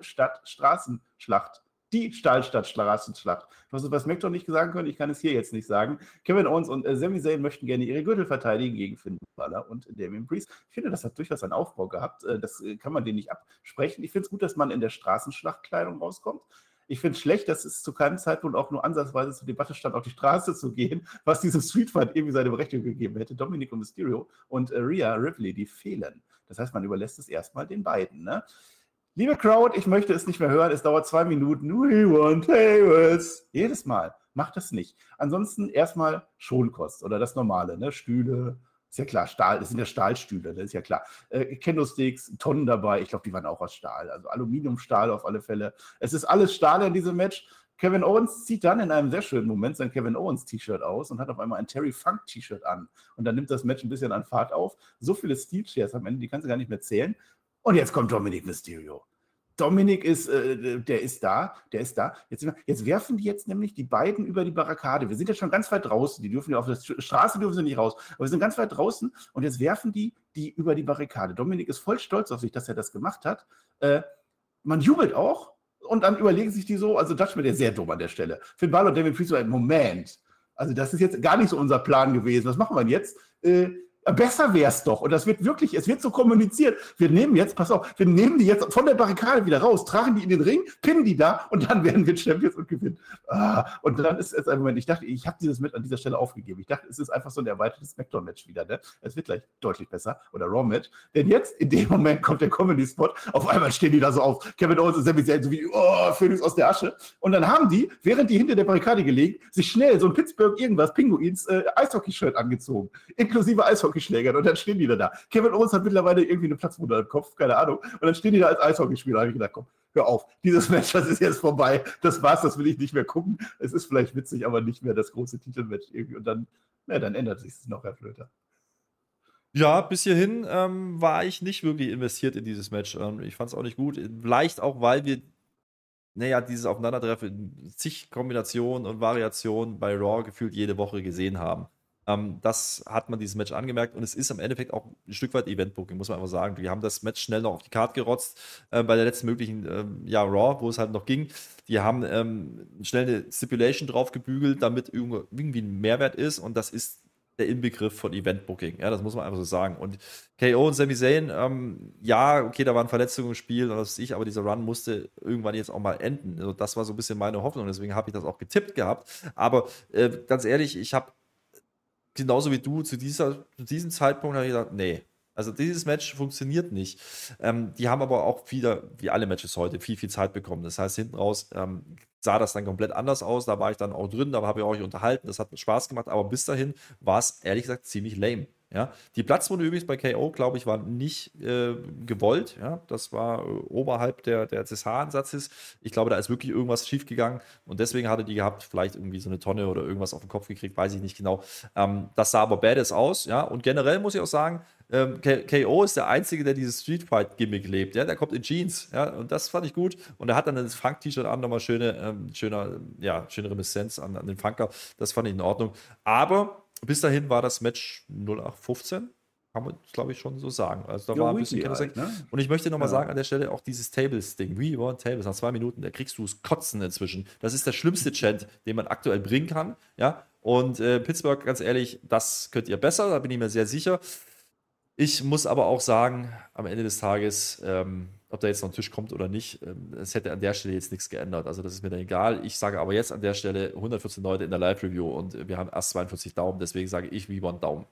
Stahlstadt-Straßenschlacht. Die Stahlstadt-Straßenschlacht. Was wir bei SmackDown nicht sagen können, ich kann es hier jetzt nicht sagen. Kevin Owens und äh, Sami Zayn möchten gerne ihre Gürtel verteidigen gegen Finn Balor und Damian Priest. Ich finde, das hat durchaus einen Aufbau gehabt. Äh, das äh, kann man denen nicht absprechen. Ich finde es gut, dass man in der Straßenschlachtkleidung rauskommt. Ich finde es schlecht, dass es zu keinem Zeitpunkt auch nur ansatzweise zur Debatte stand, auf die Straße zu gehen, was diesem Streetfight irgendwie seine Berechtigung gegeben hätte. Dominic und Mysterio und äh, Rhea Ripley, die fehlen. Das heißt, man überlässt es erstmal den beiden, ne? Liebe Crowd, ich möchte es nicht mehr hören. Es dauert zwei Minuten. We want tables. Jedes Mal. Macht das nicht. Ansonsten erstmal Schonkost oder das Normale, ne? Stühle. Ist ja klar, Stahl, das sind ja Stahlstühle, das ist ja klar. Äh, Kendo-Sticks, Tonnen dabei. Ich glaube, die waren auch aus Stahl. Also Aluminiumstahl auf alle Fälle. Es ist alles Stahl in diesem Match. Kevin Owens zieht dann in einem sehr schönen Moment sein Kevin Owens-T-Shirt aus und hat auf einmal ein Terry Funk-T-Shirt an. Und dann nimmt das Match ein bisschen an Fahrt auf. So viele Steel-Chairs am Ende, die kannst du gar nicht mehr zählen. Und jetzt kommt Dominic Mysterio. Dominic ist, äh, der ist da, der ist da. Jetzt, jetzt werfen die jetzt nämlich die beiden über die Barrikade. Wir sind jetzt schon ganz weit draußen. Die dürfen ja auf der Straße dürfen sie nicht raus. Aber wir sind ganz weit draußen und jetzt werfen die die über die Barrikade. Dominic ist voll stolz auf sich, dass er das gemacht hat. Äh, man jubelt auch und dann überlegen sich die so, also Judgment ist sehr dumm an der Stelle. Finn Balor und Damian Priest so ein Moment. Also das ist jetzt gar nicht so unser Plan gewesen. Was machen wir jetzt? Äh, Besser wäre es doch. Und das wird wirklich, es wird so kommuniziert. Wir nehmen jetzt, pass auf, wir nehmen die jetzt von der Barrikade wieder raus, tragen die in den Ring, pinnen die da und dann werden wir Champions und gewinnen. Ah, und dann ist es ein Moment, ich dachte, ich habe dieses Match an dieser Stelle aufgegeben. Ich dachte, es ist einfach so ein erweitertes SmackDown-Match wieder. Ne? Es wird gleich deutlich besser. Oder Raw-Match. Denn jetzt, in dem Moment, kommt der Comedy-Spot. Auf einmal stehen die da so auf. Kevin Owens und Sami Zayn so wie, oh, Phoenix aus der Asche. Und dann haben die, während die hinter der Barrikade gelegen, sich schnell so ein Pittsburgh irgendwas, Pinguins, äh, Eishockey-Shirt angezogen. Inklusive Eishockeyschlägern. Und dann stehen die da. Kevin Owens hat mittlerweile irgendwie eine Platzwunde im Kopf, keine Ahnung. Und dann stehen die da als Eishockeyspieler. Da habe ich gedacht, komm, hör auf. Dieses Match, das ist jetzt vorbei. Das war's, das will ich nicht mehr gucken. Es ist vielleicht witzig, aber nicht mehr das große Titelmatch irgendwie. Und dann, na, dann ändert sich es noch, Herr Flöter. Ja, bis hierhin ähm, war ich nicht wirklich investiert in dieses Match. Ähm, ich fand es auch nicht gut. Vielleicht auch, weil wir, naja, dieses Aufeinandertreffen in zig Kombinationen und Variationen bei Raw gefühlt jede Woche gesehen haben. Ähm, das hat man dieses Match angemerkt und es ist am Endeffekt auch ein Stück weit Eventbooking, muss man einfach sagen. Wir haben das Match schnell noch auf die Karte gerotzt äh, bei der letzten möglichen ähm, ja, Raw, wo es halt noch ging. Die haben ähm, schnell eine Stipulation drauf gebügelt, damit irgendwie ein Mehrwert ist und das ist der Inbegriff von Eventbooking. Ja, das muss man einfach so sagen. Und K O und Sami Zayn, ähm, ja, okay, da waren Verletzungen im Spiel und was weiß ich, aber dieser Run musste irgendwann jetzt auch mal enden. Also das war so ein bisschen meine Hoffnung, deswegen habe ich das auch getippt gehabt. Aber äh, ganz ehrlich, ich habe genauso wie du zu, dieser, zu diesem Zeitpunkt habe ich gedacht, nee, also dieses Match funktioniert nicht. Ähm, die haben aber auch wieder, wie alle Matches heute, viel, viel Zeit bekommen. Das heißt, hinten raus ähm, sah das dann komplett anders aus. Da war ich dann auch drin, da habe ich auch unterhalten, das hat mir Spaß gemacht, aber bis dahin war es ehrlich gesagt ziemlich lame. Ja? Die Platzwunde übrigens bei K O, glaube ich, war nicht äh, gewollt. Ja? Das war äh, oberhalb der, der des Haaransatzes. Ich glaube, da ist wirklich irgendwas schief gegangen und deswegen hatte die gehabt, vielleicht irgendwie so eine Tonne oder irgendwas auf den Kopf gekriegt, weiß ich nicht genau. Ähm, das sah aber badass aus. Ja? Und generell muss ich auch sagen, ähm, K O ist der Einzige, der dieses Streetfight-Gimmick lebt. Ja? Der kommt in Jeans. Ja? Und das fand ich gut. Und er hat dann das Funk-T-Shirt an, nochmal schöne, ähm, schöner, ja, schöne Reminiszenz an, an den Funker. Das fand ich in Ordnung. Aber bis dahin war das Match null acht fünfzehn. kann man, glaube ich, schon so sagen. Also da Ja, war ein bisschen Weekly Candlestick. halt, ne? Und ich möchte nochmal Ja. sagen an der Stelle auch dieses Tables-Ding. We want Tables nach zwei Minuten, da kriegst du es kotzen inzwischen. Das ist der schlimmste Chant, den man aktuell bringen kann. Ja. Und äh, Pittsburgh, ganz ehrlich, das könnt ihr besser, da bin ich mir sehr sicher. Ich muss aber auch sagen, am Ende des Tages, ähm, ob da jetzt noch ein Tisch kommt oder nicht, ähm, es hätte an der Stelle jetzt nichts geändert. Also das ist mir dann egal. Ich sage aber jetzt an der Stelle hundertvierzehn Leute in der Live-Review und wir haben erst zweiundvierzig Daumen, deswegen sage ich, we want Daumen.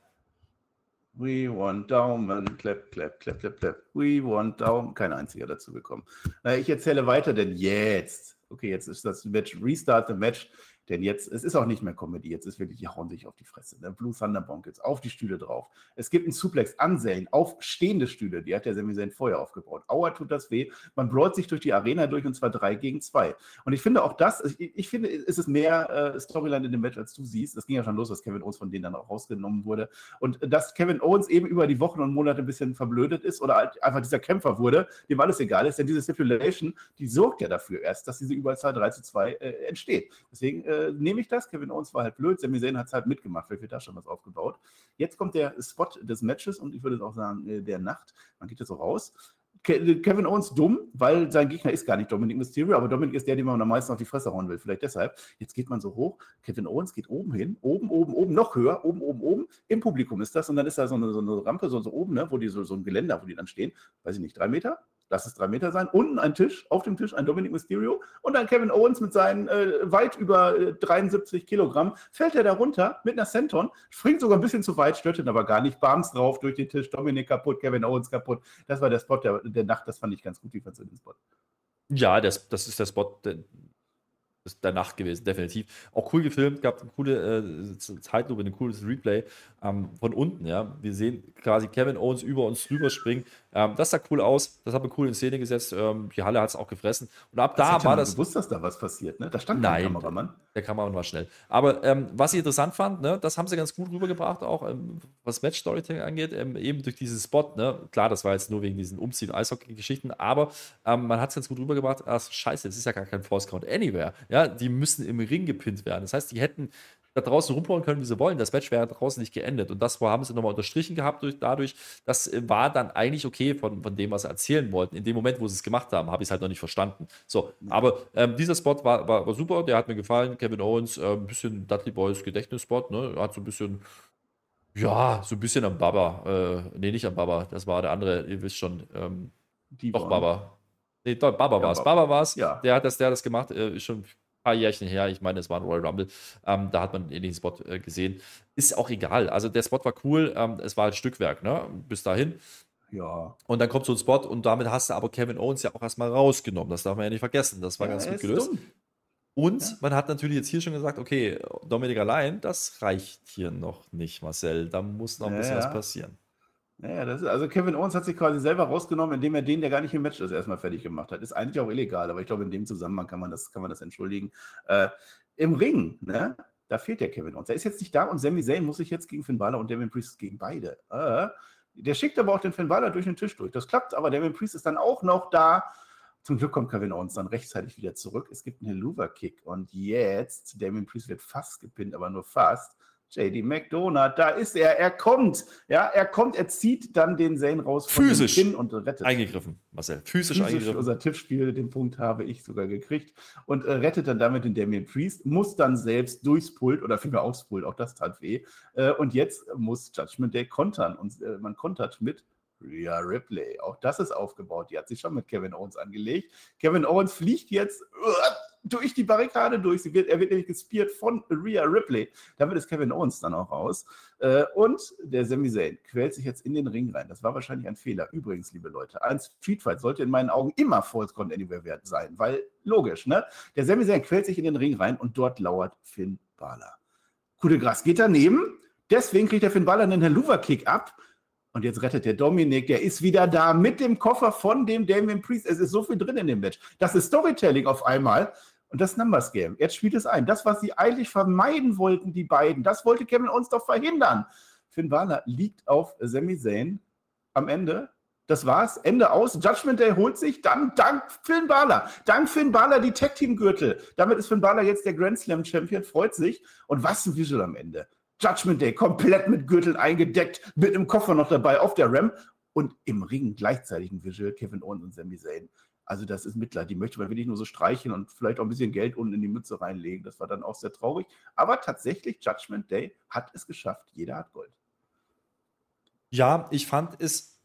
We want Daumen, clap, clap, clap, clap, clap. We want Daumen. Kein einziger dazu gekommen. Na, ich erzähle weiter, denn jetzt, okay, jetzt ist das Match, Restart the Match, denn jetzt, es ist auch nicht mehr Comedy, jetzt ist wirklich, die hauen sich auf die Fresse. Ne? Blue Thunder Bonkers, auf die Stühle drauf. Es gibt einen Suplex an Zayn, auf stehende Stühle, die hat der Sami Zayn vorher aufgebaut. Aua, tut das weh. Man brawlt sich durch die Arena durch und zwar drei gegen zwei. Und ich finde auch das, ich, ich finde, es ist mehr äh, Storyline in dem Match, als du siehst. Das ging ja schon los, dass Kevin Owens von denen dann auch rausgenommen wurde. Und dass Kevin Owens eben über die Wochen und Monate ein bisschen verblödet ist oder halt einfach dieser Kämpfer wurde, dem alles egal ist, denn diese Stipulation, die sorgt ja dafür erst, dass diese Überzahl drei zu zwei äh, entsteht. Deswegen äh, nehme ich das. Kevin Owens war halt blöd. Sami Zayn hat es halt mitgemacht. Vielleicht wird da schon was aufgebaut. Jetzt kommt der Spot des Matches und ich würde auch sagen, äh, der Nacht. Man geht jetzt so raus. Ke- Kevin Owens dumm, weil sein Gegner ist gar nicht Dominic Mysterio, aber Dominic ist der, den man am meisten auf die Fresse hauen will. Vielleicht deshalb. Jetzt geht man so hoch. Kevin Owens geht oben hin. Oben, oben, oben, noch höher. Oben, oben, oben. Im Publikum ist das. Und dann ist da so eine, so eine Rampe, so, so oben, ne, wo die so, so ein Geländer, wo die dann stehen. Weiß ich nicht, drei Meter? Lass es drei Meter sein. Unten ein Tisch, auf dem Tisch ein Dominic Mysterio und dann Kevin Owens mit seinen äh, weit über äh, dreiundsiebzig Kilogramm. Fällt er da runter mit einer Senton, springt sogar ein bisschen zu weit, stört ihn aber gar nicht. Bams drauf durch den Tisch, Dominic kaputt, Kevin Owens kaputt. Das war der Spot der, der Nacht, das fand ich ganz gut. Wie fandst du den Spot? Ja, das, das ist der Spot der, das ist der Nacht gewesen, definitiv. Auch cool gefilmt, gab eine coole äh, Zeitlupe, ein cooles Replay ähm, von unten. Ja, wir sehen quasi Kevin Owens über uns drüber springen. Ähm, das sah cool aus, das hat man cool in Szene gesetzt. Ähm, die Halle hat es auch gefressen. Und ab Das da hätte war man das. gewusst, dass da was passiert, ne? Da stand Nein, kein Kameramann. der Kameramann war schnell. Aber ähm, was ich interessant fand, ne, das haben sie ganz gut rübergebracht, auch ähm, was Match-Storytelling angeht, ähm, eben durch diesen Spot. Ne? Klar, das war jetzt nur wegen diesen Umziehen-Eishockey-Geschichten, aber ähm, man hat es ganz gut rübergebracht. Ach, scheiße, das ist ja gar kein Force Count Anywhere. Ja, die müssen im Ring gepinnt werden. Das heißt, die hätten da draußen rumhauen können, wie sie wollen. Das Match wäre draußen nicht geendet. Und das war, haben sie nochmal unterstrichen gehabt durch, dadurch. Das war dann eigentlich okay von, von dem, was sie erzählen wollten. In dem Moment, wo sie es gemacht haben, habe ich es halt noch nicht verstanden. So, aber ähm, dieser Spot war, war, war super. Der hat mir gefallen. Kevin Owens, äh, ein bisschen Dudley Boys Gedächtnisspot. Ne? Hat so ein bisschen, ja, so ein bisschen am Baba. Äh, nee, nicht am Baba. Das war der andere. Ihr wisst schon. Ähm, Die doch, waren- Baba. Nee, doch, Baba Ja, war es. Baba. Baba war es. Ja. Der hat das, der hat das gemacht. Äh, ist schon ein paar Jährchen her. Ich meine, es war ein Royal Rumble. Ähm, da hat man den Spot äh, gesehen. Ist auch egal. Also der Spot war cool. Ähm, es war ein Stückwerk, ne? Bis dahin. Ja. Und dann kommt so ein Spot und damit hast du aber Kevin Owens ja auch erstmal rausgenommen. Das darf man ja nicht vergessen. Das war Ja, ganz er gut ist gelöst. dumm. Und Ja. man hat natürlich jetzt hier schon gesagt, okay, Dominik allein, das reicht hier noch nicht, Marcel. Da muss noch ein Ja, bisschen ja. was passieren. Naja, das ist, also Kevin Owens hat sich quasi selber rausgenommen, indem er den, der gar nicht im Match ist, erstmal fertig gemacht hat. Ist eigentlich auch illegal, aber ich glaube, in dem Zusammenhang kann man das, kann man das entschuldigen. Äh, Im Ring, ne, da fehlt der Kevin Owens. Er ist jetzt nicht da und Sami Zayn muss sich jetzt gegen Finn Balor und Damien Priest gegen beide. Äh, der schickt aber auch den Finn Balor durch den Tisch durch. Das klappt, aber Damien Priest ist dann auch noch da. Zum Glück kommt Kevin Owens dann rechtzeitig wieder zurück. Es gibt einen Helluva-Kick und jetzt, Damien Priest wird fast gepinnt, aber nur fast. J D McDonald, da ist er, er kommt, ja, er kommt, er zieht dann den Zayn raus von Physisch dem Pin und rettet. Eingegriffen, Marcel. Physisch, Physisch für eingegriffen. unser Tippspiel, den Punkt habe ich sogar gekriegt und äh, rettet dann damit den Damien Priest, muss dann selbst durchs Pult oder vielmehr aufs Pult, auch das tat weh. Äh, und jetzt muss Judgment Day kontern und äh, man kontert mit Rhea Ripley. Auch das ist aufgebaut. Die hat sich schon mit Kevin Owens angelegt. Kevin Owens fliegt jetzt uh, durch die Barrikade durch. Sie wird, er wird nämlich gespiert von Rhea Ripley. Damit ist Kevin Owens dann auch raus. Äh, und der Sami Zayn quält sich jetzt in den Ring rein. Das war wahrscheinlich ein Fehler. Übrigens, liebe Leute, ein Streetfight sollte in meinen Augen immer False Count Anywhere wert sein, weil logisch, ne? Der Sami Zayn quält sich in den Ring rein und dort lauert Finn Balor. Coup de Grâce geht daneben. Deswegen kriegt der Finn Balor einen Helluva-Kick ab. Und jetzt rettet der Dominik, der ist wieder da mit dem Koffer von dem Damien Priest. Es ist so viel drin in dem Match. Das ist Storytelling auf einmal. Und das Numbers Game. Jetzt spielt es ein. Das, was sie eigentlich vermeiden wollten, die beiden, das wollte Kevin Owens doch verhindern. Finn Balor liegt auf Sami Zayn am Ende. Das war's. Ende aus. Judgment Day holt sich dann dank Finn Balor. Dank Finn Balor die Tag-Team-Gürtel. Damit ist Finn Balor jetzt der Grand Slam Champion, freut sich. Und was ein Visual am Ende. Judgment Day komplett mit Gürteln eingedeckt, mit einem Koffer noch dabei auf der Ramp und im Ring gleichzeitig ein Visual, Kevin Owens und Sami Zayn. Also das ist Mitleid, die möchte man wirklich nur so streicheln und vielleicht auch ein bisschen Geld unten in die Mütze reinlegen. Das war dann auch sehr traurig. Aber tatsächlich, Judgment Day hat es geschafft. Jeder hat Gold. Ja, ich fand es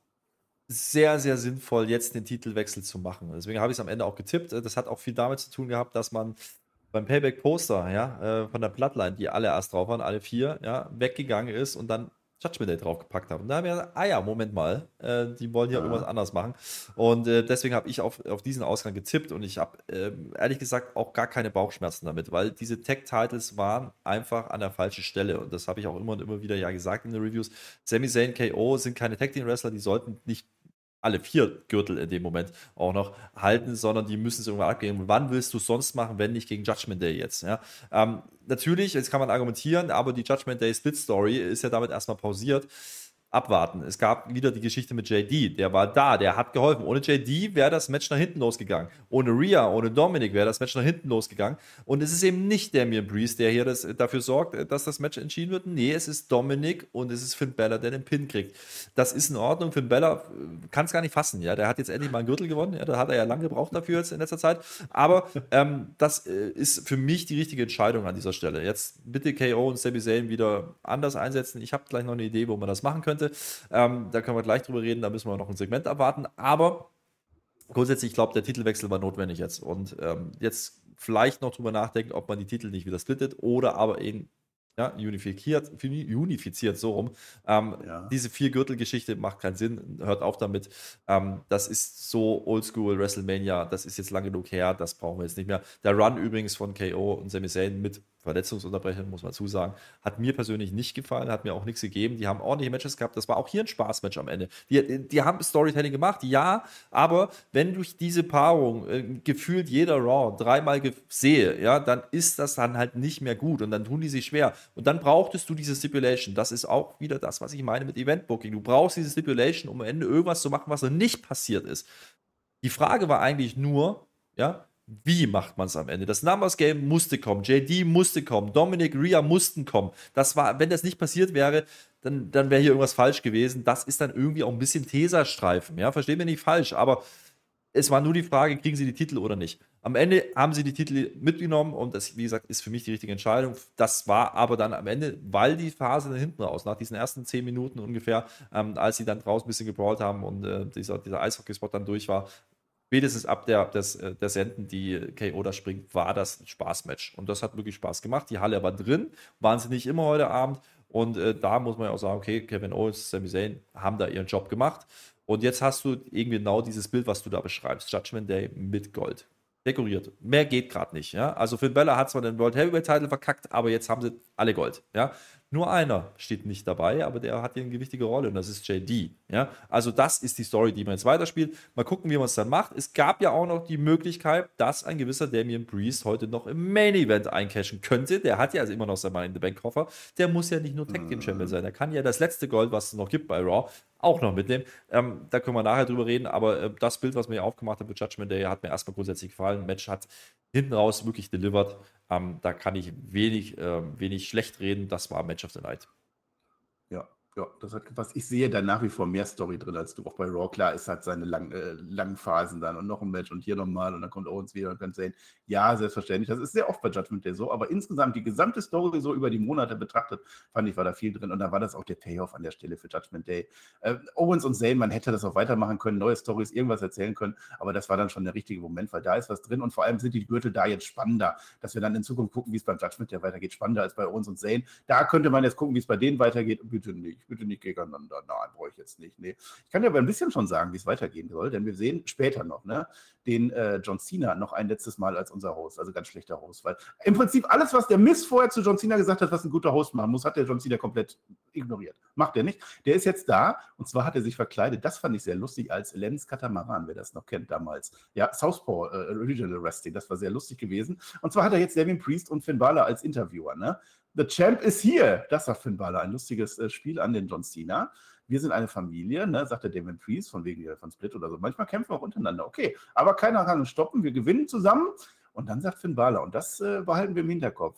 sehr, sehr sinnvoll, jetzt den Titelwechsel zu machen. Deswegen habe ich es am Ende auch getippt. Das hat auch viel damit zu tun gehabt, dass man beim Payback-Poster, ja, äh, von der Bloodline, die alle erst drauf waren, alle vier, ja, weggegangen ist und dann Judgment Day draufgepackt haben. Und da haben wir gesagt, ah ja, Moment mal, äh, die wollen hier Ja. irgendwas anders machen. Und äh, deswegen habe ich auf, auf diesen Ausgang getippt und ich habe äh, ehrlich gesagt auch gar keine Bauchschmerzen damit, weil diese Tag-Titles waren einfach an der falschen Stelle. Und das habe ich auch immer und immer wieder ja gesagt in den Reviews. Sami Zayn, K O sind keine Tag-Team-Wrestler, die sollten nicht alle vier Gürtel in dem Moment auch noch halten, sondern die müssen es irgendwann abgeben. Und wann willst du es sonst machen, wenn nicht gegen Judgment Day jetzt? Ja? Ähm, natürlich, jetzt kann man argumentieren, aber die Judgment Day Split Story ist ja damit erstmal pausiert. Abwarten. Es gab wieder die Geschichte mit J D, der war da, der hat geholfen. Ohne J D wäre das Match nach hinten losgegangen. Ohne Rhea, ohne Dominic wäre das Match nach hinten losgegangen. Und es ist eben nicht Damian Priest, der hier das, dafür sorgt, dass das Match entschieden wird. Nee, es ist Dominic und es ist Finn Balor, der den Pin kriegt. Das ist in Ordnung. Finn Balor kann es gar nicht fassen. Ja? Der hat jetzt endlich mal einen Gürtel gewonnen. Ja? Da hat er ja lange gebraucht dafür jetzt in letzter Zeit. Aber ähm, das äh, ist für mich die richtige Entscheidung an dieser Stelle. Jetzt bitte K O und Sami Zayn wieder anders einsetzen. Ich habe gleich noch eine Idee, wo man das machen könnte. Ähm, da können wir gleich drüber reden, da müssen wir noch ein Segment abwarten. Aber grundsätzlich, ich glaube, der Titelwechsel war notwendig jetzt. Und ähm, jetzt vielleicht noch drüber nachdenken, ob man die Titel nicht wieder splittet oder aber eben ja, unifiziert, unifiziert, so rum. Ähm, Ja. Diese Vier-Gürtel-Geschichte macht keinen Sinn, hört auf damit. Ähm, das ist so oldschool WrestleMania, das ist jetzt lang genug her, das brauchen wir jetzt nicht mehr. Der Run übrigens von K O und Sami Zayn mit Verletzungsunterbrechung, muss man zusagen, hat mir persönlich nicht gefallen, hat mir auch nichts gegeben. Die haben ordentliche Matches gehabt, das war auch hier ein Spaßmatch am Ende. Die, die haben Storytelling gemacht, ja, aber wenn durch diese Paarung äh, gefühlt jeder Raw dreimal ge- sehe, ja, dann ist das dann halt nicht mehr gut und dann tun die sich schwer. Und dann brauchtest du diese Stipulation. Das ist auch wieder das, was ich meine mit Event-Booking. Du brauchst diese Stipulation, um am Ende irgendwas zu machen, was noch nicht passiert ist. Die Frage war eigentlich nur, ja, wie macht man es am Ende? Das Numbers Game musste kommen, J D musste kommen, Dominic, Rhea mussten kommen. Das war, wenn das nicht passiert wäre, dann, dann wäre hier irgendwas falsch gewesen. Das ist dann irgendwie auch ein bisschen Tesastreifen. Ja, versteht mir nicht falsch, aber es war nur die Frage, kriegen sie die Titel oder nicht? Am Ende haben sie die Titel mitgenommen und das, wie gesagt, ist für mich die richtige Entscheidung. Das war aber dann am Ende, weil die Phase dann hinten raus, nach diesen ersten zehn Minuten ungefähr, ähm, als sie dann draußen ein bisschen gebrawlt haben und äh, dieser, dieser Eishockey-Spot dann durch war, spätestens ab der, des, der Senden, die K O da springt, war das ein Spaßmatch. Und das hat wirklich Spaß gemacht. Die Halle war drin, waren sie nicht immer heute Abend. Und äh, da muss man ja auch sagen, okay, Kevin Owens, Sami Zayn haben da ihren Job gemacht. Und jetzt hast du eben genau dieses Bild, was du da beschreibst. Judgment Day mit Gold. Dekoriert. Mehr geht gerade nicht. Ja? Also Finn Balor hat zwar den World Heavyweight Title verkackt, aber jetzt haben sie alle Gold. Ja? Nur einer steht nicht dabei, aber der hat hier eine gewichtige Rolle und das ist J D. Ja? Also das ist die Story, die man jetzt weiterspielt. Mal gucken, wie man es dann macht. Es gab ja auch noch die Möglichkeit, dass ein gewisser Damian Priest heute noch im Main Event eincashen könnte. Der hat ja also immer noch sein Money in the Bank Koffer. Der muss ja nicht nur Tag Team Champion sein. Der kann ja das letzte Gold, was es noch gibt bei Raw, auch noch mitnehmen. Ähm, da können wir nachher drüber reden, aber äh, das Bild, was mir hier aufgemacht hat mit Judgment Day, hat mir erstmal grundsätzlich gefallen. Match hat hinten raus wirklich delivered. Ähm, da kann ich wenig, äh, wenig schlecht reden. Das war Match of the Night. Ja, ja, das hat gepasst. Ich sehe da nach wie vor mehr Story drin als du auch bei Raw. Klar, es hat seine lang, äh, langen Phasen dann und noch ein Match und hier nochmal und dann kommt Owens wieder und kann sehen, ja, selbstverständlich. Das ist sehr oft bei Judgment Day so, aber insgesamt die gesamte Story so über die Monate betrachtet, fand ich, war da viel drin und da war das auch der Payoff an der Stelle für Judgment Day. Äh, Owens und Zayn, man hätte das auch weitermachen können, neue Stories, irgendwas erzählen können, aber das war dann schon der richtige Moment, weil da ist was drin und vor allem sind die Gürtel da jetzt spannender, dass wir dann in Zukunft gucken, wie es beim Judgment Day weitergeht, spannender als bei Owens und Zayn. Da könnte man jetzt gucken, wie es bei denen weitergeht. Bitte nicht, bitte nicht gegeneinander. Nein, brauche ich jetzt nicht. Nee. Ich kann dir aber ein bisschen schon sagen, wie es weitergehen soll, denn wir sehen später noch, ne, den äh, John Cena noch ein letztes Mal als unser Host, also ganz schlechter Host, weil im Prinzip alles, was der Miz vorher zu John Cena gesagt hat, was ein guter Host machen muss, hat der John Cena komplett ignoriert. Macht er nicht. Der ist jetzt da und zwar hat er sich verkleidet, das fand ich sehr lustig, als Lance Catamaran, wer das noch kennt damals. Ja, Southpaw äh, Regional Wrestling, das war sehr lustig gewesen. Und zwar hat er jetzt Damian Priest und Finn Balor als Interviewer, ne? The Champ is here, das sagt Finn Balor, ein lustiges äh, Spiel an den John Cena. Wir sind eine Familie, ne, sagt der Damian Priest, von wegen von Split oder so. Manchmal kämpfen wir auch untereinander, okay, aber keiner kann uns stoppen, wir gewinnen zusammen. Und dann sagt Finn Balor, und das äh, behalten wir im Hinterkopf,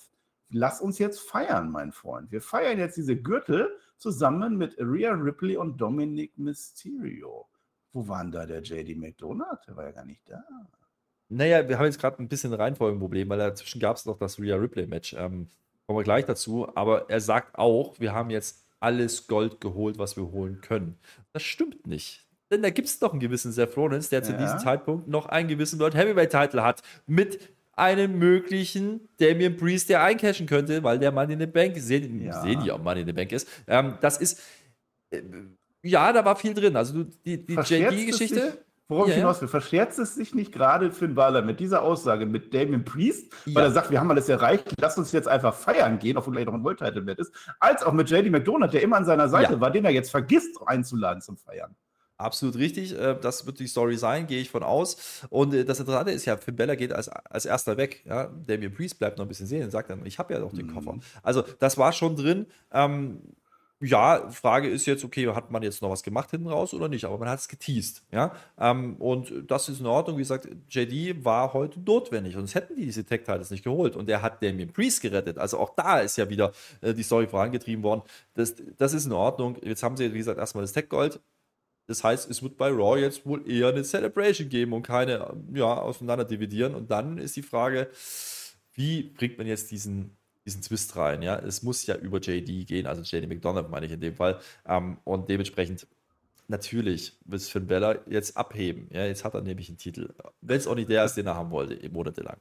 lass uns jetzt feiern, mein Freund. Wir feiern jetzt diese Gürtel zusammen mit Rhea Ripley und Dominic Mysterio. Wo war denn da der J D McDonald? Der war ja gar nicht da. Naja, wir haben jetzt gerade ein bisschen ein Reihenfolgenproblem, weil dazwischen gab es noch das Rhea Ripley-Match. Ähm, kommen wir gleich dazu. Aber er sagt auch, wir haben jetzt alles Gold geholt, was wir holen können. Das stimmt nicht. Denn da gibt es noch einen gewissen Seth Rollins, der zu Ja. diesem Zeitpunkt noch einen gewissen World Heavyweight-Title hat. Mit einem möglichen Damian Priest, der eincashen könnte, weil der Money in the Bank, sehen, Ja. sehen die auch Money in the Bank ist. Ähm, das ist, äh, ja, da war viel drin. Also du, die, die J Verscherzt es D-Geschichte. sich- Worauf Ja, ich ja. hinaus will, verscherzt es sich nicht gerade Finn Balor mit dieser Aussage mit Damian Priest, weil Ja. er sagt, wir haben alles erreicht, lass uns jetzt einfach feiern gehen, obwohl gleich noch ein World Title Match ist, als auch mit J D McDonald, der immer an seiner Seite Ja. war, den er jetzt vergisst einzuladen zum Feiern. Absolut richtig, äh, das wird die Story sein, gehe ich von aus. Und äh, das Interessante ist ja, Finn Balor geht als, als erster weg. Ja? Damian Priest bleibt noch ein bisschen sehen und sagt dann, ich habe ja doch den Mhm. Koffer. Also das war schon drin. Ähm, ja, Frage ist jetzt, okay, hat man jetzt noch was gemacht hinten raus oder nicht? Aber man hat es geteased. Ja? Ähm, und das ist in Ordnung. Wie gesagt, J D war heute notwendig. Sonst hätten die diese Tag-Titles nicht geholt. Und er hat Damian Priest gerettet. Also auch da ist ja wieder äh, die Story vorangetrieben worden. Das, das ist in Ordnung. Jetzt haben sie, wie gesagt, erstmal das Tech-Gold. Das heißt, es wird bei Raw jetzt wohl eher eine Celebration geben und keine, ja, auseinander dividieren. Und dann ist die Frage, wie bringt man jetzt diesen, diesen Twist rein? Ja, es muss ja über J D gehen, also J D McDonald meine ich in dem Fall. Ähm, und dementsprechend natürlich wird Finn Balor jetzt abheben. Ja, jetzt hat er nämlich einen Titel. Wenn es auch nicht der ist, den er haben wollte, monatelang.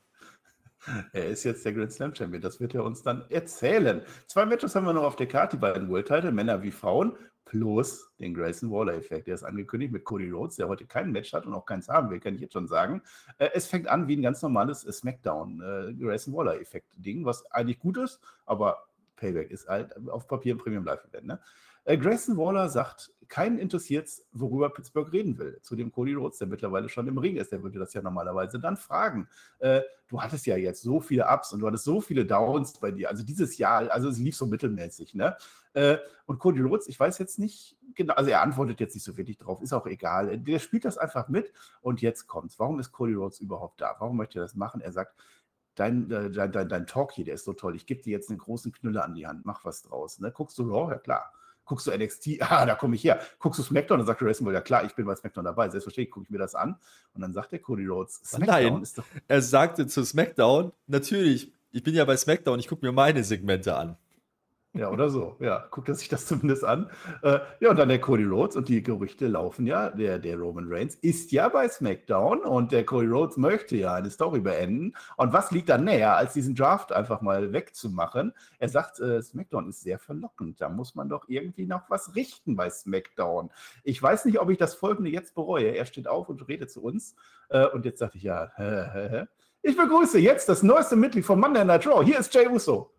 Er ist jetzt der Grand Slam Champion, das wird er uns dann erzählen. Zwei Matches haben wir noch auf der Karte, die beiden World Title, Männer wie Frauen, plus den Grayson Waller-Effekt. Der ist angekündigt mit Cody Rhodes, der heute kein Match hat und auch keins haben will, kann ich jetzt schon sagen. Äh, es fängt an wie ein ganz normales äh, Smackdown, äh, Grayson Waller-Effekt-Ding, was eigentlich gut ist, aber Payback ist halt auf Papier ein Premium-Live-Event. Ne? Äh, Grayson Waller sagt, keinen interessiert, worüber Pittsburgh reden will. Zu dem Cody Rhodes, der mittlerweile schon im Ring ist, der würde das ja normalerweise dann fragen. Äh, du hattest ja jetzt so viele Ups und du hattest so viele Downs bei dir. Also dieses Jahr, also es lief so mittelmäßig. Ne? Äh, und Cody Rhodes, ich weiß jetzt nicht genau, also er antwortet jetzt nicht so wirklich drauf, ist auch egal. Der spielt das einfach mit und jetzt kommt's. Warum ist Cody Rhodes überhaupt da? Warum möchte er das machen? Er sagt, Dein, äh, dein, dein, dein Talk hier, der ist so toll. Ich gebe dir jetzt einen großen Knüller an die Hand. Mach was draus. Ne? Guckst du Raw? Ja, klar. Guckst du N X T? Ah, da komme ich her. Guckst du SmackDown? Dann sagt Grayson Waller, ja klar, ich bin bei SmackDown dabei. Selbstverständlich gucke ich mir das an. Und dann sagt der Cody Rhodes, SmackDown Nein, ist doch... er sagte zu SmackDown, natürlich, ich bin ja bei SmackDown, ich gucke mir meine Segmente an. Ja, oder so. Ja, guckt er sich das zumindest an. Äh, ja, und dann der Cody Rhodes und die Gerüchte laufen ja. Der, der Roman Reigns ist ja bei SmackDown und der Cody Rhodes möchte ja eine Story beenden. Und was liegt da näher, als diesen Draft einfach mal wegzumachen? Er sagt, äh, SmackDown ist sehr verlockend. Da muss man doch irgendwie noch was richten bei SmackDown. Ich weiß nicht, ob ich das Folgende jetzt bereue. Er steht auf und redet zu uns. Äh, und jetzt sagte ich ja, hä, hä, hä. Ich begrüße jetzt das neueste Mitglied von Monday Night Raw. Hier ist Jey Uso.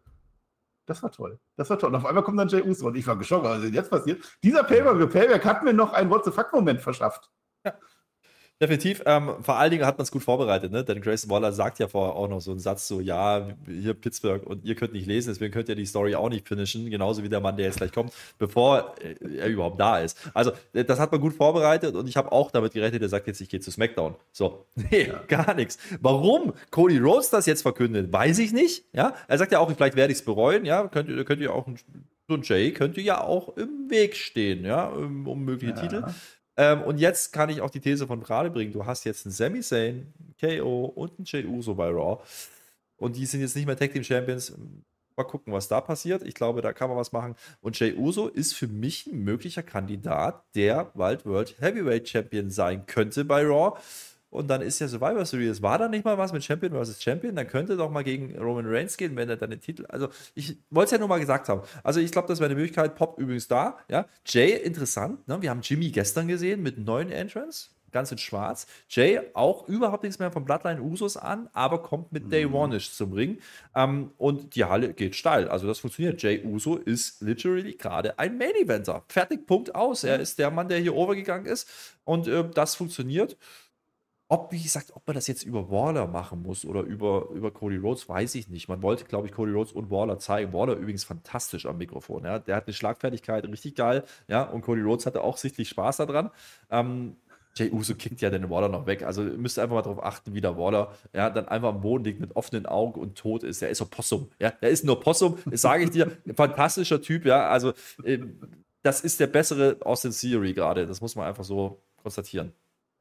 Das war toll. Das war toll. Und auf einmal kommt dann Jey Uso und ich war geschockt. Also jetzt passiert. Dieser Payback hat mir noch einen What the fuck-Moment verschafft. Definitiv. Ähm, vor allen Dingen hat man es gut vorbereitet, ne? Denn Grayson Waller sagt ja vorher auch noch so einen Satz, so, ja, hier Pittsburgh und ihr könnt nicht lesen, deswegen könnt ihr die Story auch nicht finishen, genauso wie der Mann, der jetzt gleich kommt, bevor er überhaupt da ist. Also, das hat man gut vorbereitet und ich habe auch damit gerechnet, er sagt jetzt, ich gehe zu SmackDown. So, nee, ja. gar nichts. Warum Cody Rhodes das jetzt verkündet, weiß ich nicht. Ja, er sagt ja auch, vielleicht werde ich es bereuen, ja, könnt ihr, könnt ihr auch, so ein Jay könnte ja auch im Weg stehen, ja, um, um mögliche ja. Titel. Ähm, und jetzt kann ich auch die These von gerade bringen. Du hast jetzt einen Sami Zayn, K O und einen Jey Uso bei Raw. Und die sind jetzt nicht mehr Tag Team Champions. Mal gucken, was da passiert. Ich glaube, da kann man was machen. Und Jey Uso ist für mich ein möglicher Kandidat, der bald World Heavyweight Champion sein könnte bei Raw. Und dann ist ja Survivor Series. War da nicht mal was mit Champion versus Champion? Dann könnte doch mal gegen Roman Reigns gehen, wenn er dann den Titel. Also, ich wollte es ja nur mal gesagt haben. Also, ich glaube, das wäre eine Möglichkeit. Pop übrigens da. Ja. Jay, interessant. Ne? Wir haben Jimmy gestern gesehen mit neuen Entrance. Ganz in schwarz. Jay auch überhaupt nichts mehr von Bloodline Usos an, aber kommt mit Day One-ish zum Ring. Ähm, und die Halle geht steil. Also, das funktioniert. Jey Uso ist literally gerade ein Main-Eventer. Fertig, Punkt aus. Er ist der Mann, der hier overgegangen ist. Und äh, das funktioniert. Ob, wie gesagt, ob man das jetzt über Waller machen muss oder über, über Cody Rhodes, weiß ich nicht. Man wollte, glaube ich, Cody Rhodes und Waller zeigen. Waller übrigens fantastisch am Mikrofon. Ja. Der hat eine Schlagfertigkeit, richtig geil. Ja. Und Cody Rhodes hatte auch sichtlich Spaß daran. Ähm, Jey Uso kickt ja den Waller noch weg. Also ihr müsst einfach mal darauf achten, wie der Waller ja, dann einfach am Boden liegt mit offenen Augen und tot ist. Der ist so Possum. Ja? Der ist nur Possum, das sage ich dir. Fantastischer Typ, ja. Also ähm, das ist der bessere Austin Theory gerade. Das muss man einfach so konstatieren.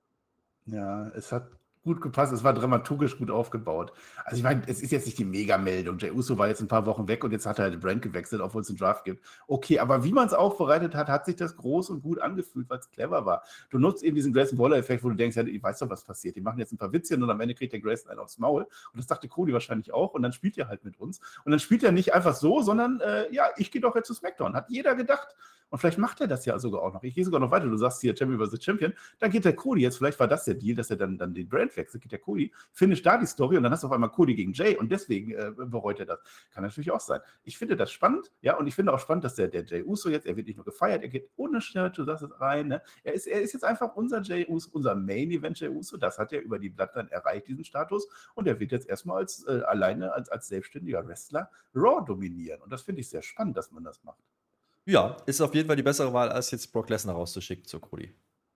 Ja, es hat gut gepasst, es war dramaturgisch gut aufgebaut. Also ich meine, es ist jetzt nicht die Mega-Meldung. Jey Uso war jetzt ein paar Wochen weg und jetzt hat er halt Brand gewechselt, obwohl es einen Draft gibt. Okay, aber wie man es aufbereitet hat, hat sich das groß und gut angefühlt, weil es clever war. Du nutzt eben diesen Grayson Waller-Effekt, wo du denkst, ja, ich weiß doch, was passiert. Die machen jetzt ein paar Witzchen und am Ende kriegt der Grayson einen aufs Maul. Und das dachte Cody wahrscheinlich auch. Und dann spielt er halt mit uns. Und dann spielt er nicht einfach so, sondern äh, ja, ich gehe doch jetzt zu SmackDown. Hat jeder gedacht. Und vielleicht macht er das ja sogar auch noch. Ich gehe sogar noch weiter. Du sagst hier Champion versus Champion. Dann geht der Cody jetzt, vielleicht war das der Deal, dass er dann, dann den Brand wechselt, geht der Cody, finish da die Story und dann hast du auf einmal Cody gegen Jay und deswegen äh, bereut er das. Kann natürlich auch sein. Ich finde das spannend, ja, und ich finde auch spannend, dass der, der Jey Uso jetzt, er wird nicht nur gefeiert, er geht ohne Shirt, du sagst es rein, ne? Er ist, er ist jetzt einfach unser Jey Uso, unser Main-Event Jey Uso, das hat er über die Bloodline erreicht, diesen Status, und er wird jetzt erstmal als, äh, alleine als, als selbstständiger Wrestler Raw dominieren und das finde ich sehr spannend, dass man das macht. Ja, ist auf jeden Fall die bessere Wahl, als jetzt Brock Lesnar rauszuschicken zu Cody.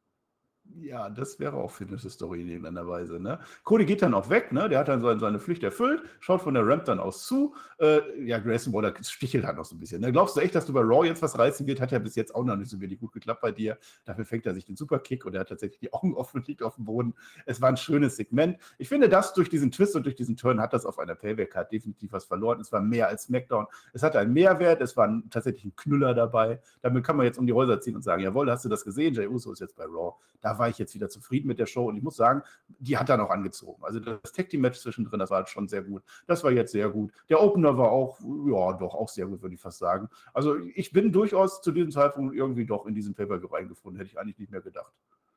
Ja, das wäre auch für eine Story in irgendeiner Weise. Ne? Cody geht dann auch weg, ne? Der hat dann seine, seine Pflicht erfüllt, schaut von der Ramp dann aus zu. Äh, ja, Grayson Waller stichelt halt noch so ein bisschen. Ne? Glaubst du echt, dass du bei Raw jetzt was reißen wird? Hat ja bis jetzt auch noch nicht so wirklich gut geklappt bei dir. Dafür fängt er sich den Superkick und er hat tatsächlich die Augen offen und liegt auf dem Boden. Es war ein schönes Segment. Ich finde, dass durch diesen Twist und durch diesen Turn hat das auf einer Payback-Card definitiv was verloren. Es war mehr als SmackDown. Es hatte einen Mehrwert, es war ein, tatsächlich ein Knüller dabei. Damit kann man jetzt um die Häuser ziehen und sagen, jawohl, hast du das gesehen? Jey Uso ist jetzt bei Raw. Da war ich jetzt wieder zufrieden mit der Show und ich muss sagen, die hat er noch angezogen. Also das Tag-Team-Match zwischendrin, das war halt schon sehr gut. Das war jetzt sehr gut. Der Opener war auch, ja, doch auch sehr gut, würde ich fast sagen. Also ich bin durchaus zu diesem Zeitpunkt irgendwie doch in diesen Pay-Per-View reingefunden, hätte ich eigentlich nicht mehr gedacht.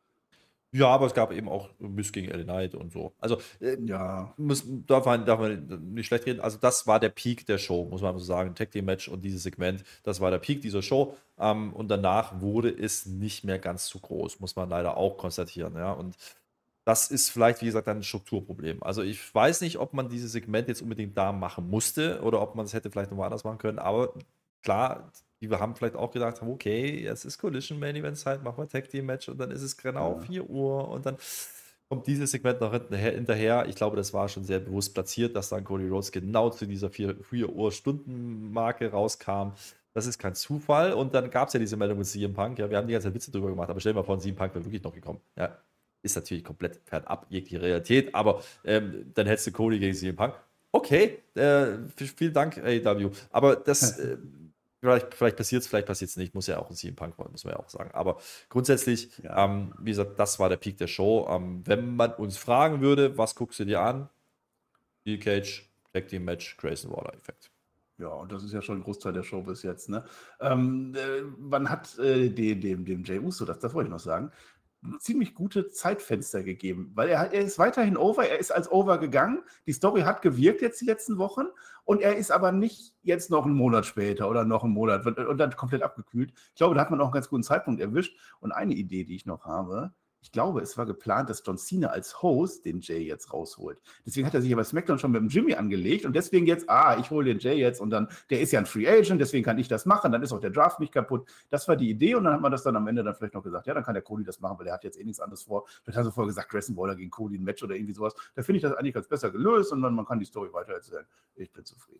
Ja, aber es gab eben auch Miss gegen L A Knight und so. Also, äh, ja. muss, darf, man, darf man nicht schlecht reden. Also, das war der Peak der Show, muss man so sagen. Tag Team Match und dieses Segment, das war der Peak dieser Show. Ähm, und danach wurde es nicht mehr ganz so groß, muss man leider auch konstatieren. Ja, und das ist vielleicht, wie gesagt, ein Strukturproblem. Also, ich weiß nicht, ob man dieses Segment jetzt unbedingt da machen musste oder ob man es hätte vielleicht nochmal anders machen können. Aber klar, die wir haben vielleicht auch gedacht, okay, jetzt ist Collision Main Event Zeit, machen wir Tag Team Match und dann ist es genau Ja. vier Uhr und dann kommt dieses Segment noch hinterher, hinterher. Ich glaube, das war schon sehr bewusst platziert, dass dann Cody Rhodes genau zu dieser vier Uhr Stunden Marke rauskam. Das ist kein Zufall. Und dann gab es ja diese Meldung mit C M Punk. Ja, wir haben die ganze Zeit Witze drüber gemacht, aber stell dir mal vor, C M Punk wäre wirklich noch gekommen. Ja, ist natürlich komplett fernab jegliche Realität, aber ähm, dann hättest du Cody gegen C M Punk. Okay, äh, vielen Dank, A E W. Aber das äh, Vielleicht, vielleicht passiert es, vielleicht passiert es nicht. Muss ja auch ein C M Punk wollen, muss man ja auch sagen. Aber grundsätzlich, Ja. ähm, wie gesagt, das war der Peak der Show. Ähm, wenn man uns fragen würde, was guckst du dir an? Steel Cage, Tag Team Match, Grayson Waller Effekt. Ja, und das ist ja schon ein Großteil der Show bis jetzt. Ne? Ähm, äh, man hat äh, dem, dem, dem Jey Uso, das, das wollte ich noch sagen, ziemlich gute Zeitfenster gegeben, weil er, er ist weiterhin over, er ist als over gegangen, die Story hat gewirkt jetzt die letzten Wochen und er ist aber nicht jetzt noch einen Monat später oder noch einen Monat und dann komplett abgekühlt. Ich glaube, da hat man auch einen ganz guten Zeitpunkt erwischt und eine Idee, die ich noch habe, ich glaube, es war geplant, dass John Cena als Host den Jay jetzt rausholt. Deswegen hat er sich ja bei SmackDown schon mit dem Jimmy angelegt und deswegen jetzt, ah, ich hole den Jay jetzt und dann, der ist ja ein Free Agent, deswegen kann ich das machen, dann ist auch der Draft nicht kaputt. Das war die Idee und dann hat man das dann am Ende dann vielleicht noch gesagt, ja, dann kann der Cody das machen, weil der hat jetzt eh nichts anderes vor. Vielleicht hat er vorher gesagt, Grayson Waller gegen Cody ein Match oder irgendwie sowas. Da finde ich das eigentlich ganz besser gelöst und dann man kann die Story weiter erzählen. Ich bin zufrieden.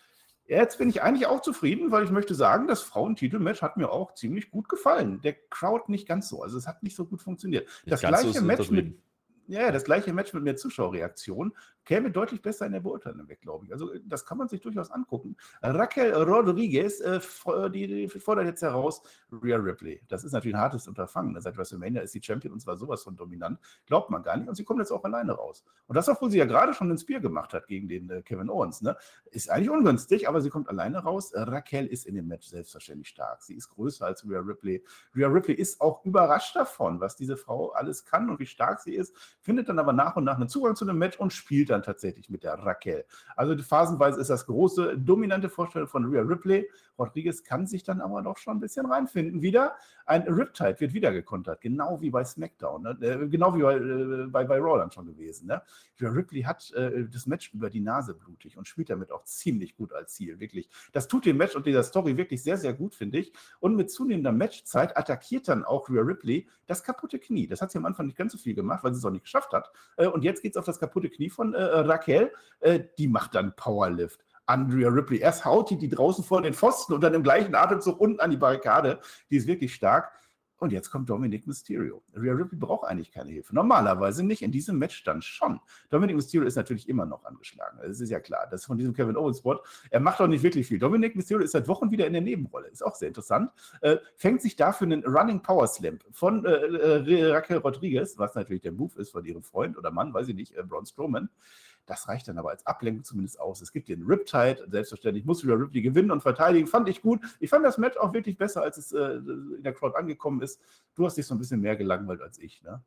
Jetzt bin ich eigentlich auch zufrieden, weil ich möchte sagen, das Frauentitelmatch hat mir auch ziemlich gut gefallen. Der Crowd nicht ganz so. Also es hat nicht so gut funktioniert. Das ganz so gleiche ist Match mit, untertrieben. ja, das gleiche Match mit mehr Zuschauerreaktion käme deutlich besser in der Beurteilung weg, glaube ich. Also das kann man sich durchaus angucken. Raquel Rodriguez äh, f- die, die fordert jetzt heraus Rhea Ripley. Das ist natürlich ein hartes Unterfangen. Seit WrestleMania ist sie Champion und zwar sowas von dominant. Glaubt man gar nicht. Und sie kommt jetzt auch alleine raus. Und das, obwohl sie ja gerade schon den Spear gemacht hat gegen den äh, Kevin Owens. Ne? Ist eigentlich ungünstig, aber sie kommt alleine raus. Äh, Raquel ist in dem Match selbstverständlich stark. Sie ist größer als Rhea Ripley. Rhea Ripley ist auch überrascht davon, was diese Frau alles kann und wie stark sie ist. findet dann aber nach und nach einen Zugang zu dem Match und spielt dann tatsächlich mit der Raquel. Also phasenweise ist das große, dominante Vorstellung von Rhea Ripley. Rodriguez kann sich dann aber doch schon ein bisschen reinfinden wieder. Ein Riptide wird wieder gekontert, genau wie bei SmackDown, ne? äh, genau wie bei, äh, bei, bei Raw dann schon gewesen. Ne? Rhea Ripley hat äh, das Match über die Nase blutig und spielt damit auch ziemlich gut als Ziel, wirklich. Das tut dem Match und dieser Story wirklich sehr, sehr gut, finde ich. Und mit zunehmender Matchzeit attackiert dann auch Rhea Ripley das kaputte Knie. Das hat sie am Anfang nicht ganz so viel gemacht, weil sie es auch nicht geschafft hat. Äh, und jetzt geht es auf das kaputte Knie von äh, Raquel. Äh, die macht dann Powerlift an Rhea Ripley. Erst haut die die draußen vor den Pfosten und dann im gleichen Atemzug unten an die Barrikade. Die ist wirklich stark. Und jetzt kommt Dominic Mysterio. Rhea Ripley braucht eigentlich keine Hilfe. Normalerweise nicht, in diesem Match dann schon. Dominic Mysterio ist natürlich immer noch angeschlagen. Das ist ja klar. Das ist von diesem Kevin Owens-Spot. Er macht auch nicht wirklich viel. Dominic Mysterio ist seit Wochen wieder in der Nebenrolle. Ist auch sehr interessant. Äh, fängt sich dafür einen Running Power Slam von äh, äh, Raquel Rodriguez, was natürlich der Move ist von ihrem Freund oder Mann, weiß ich nicht, äh, Braun Strowman. Das reicht dann aber als Ablenkung zumindest aus. Es gibt hier einen Riptide. Selbstverständlich muss Rhea Ripley gewinnen und verteidigen. Fand ich gut. Ich fand das Match auch wirklich besser, als es äh, in der Crowd angekommen ist. Du hast dich so ein bisschen mehr gelangweilt als ich, ne?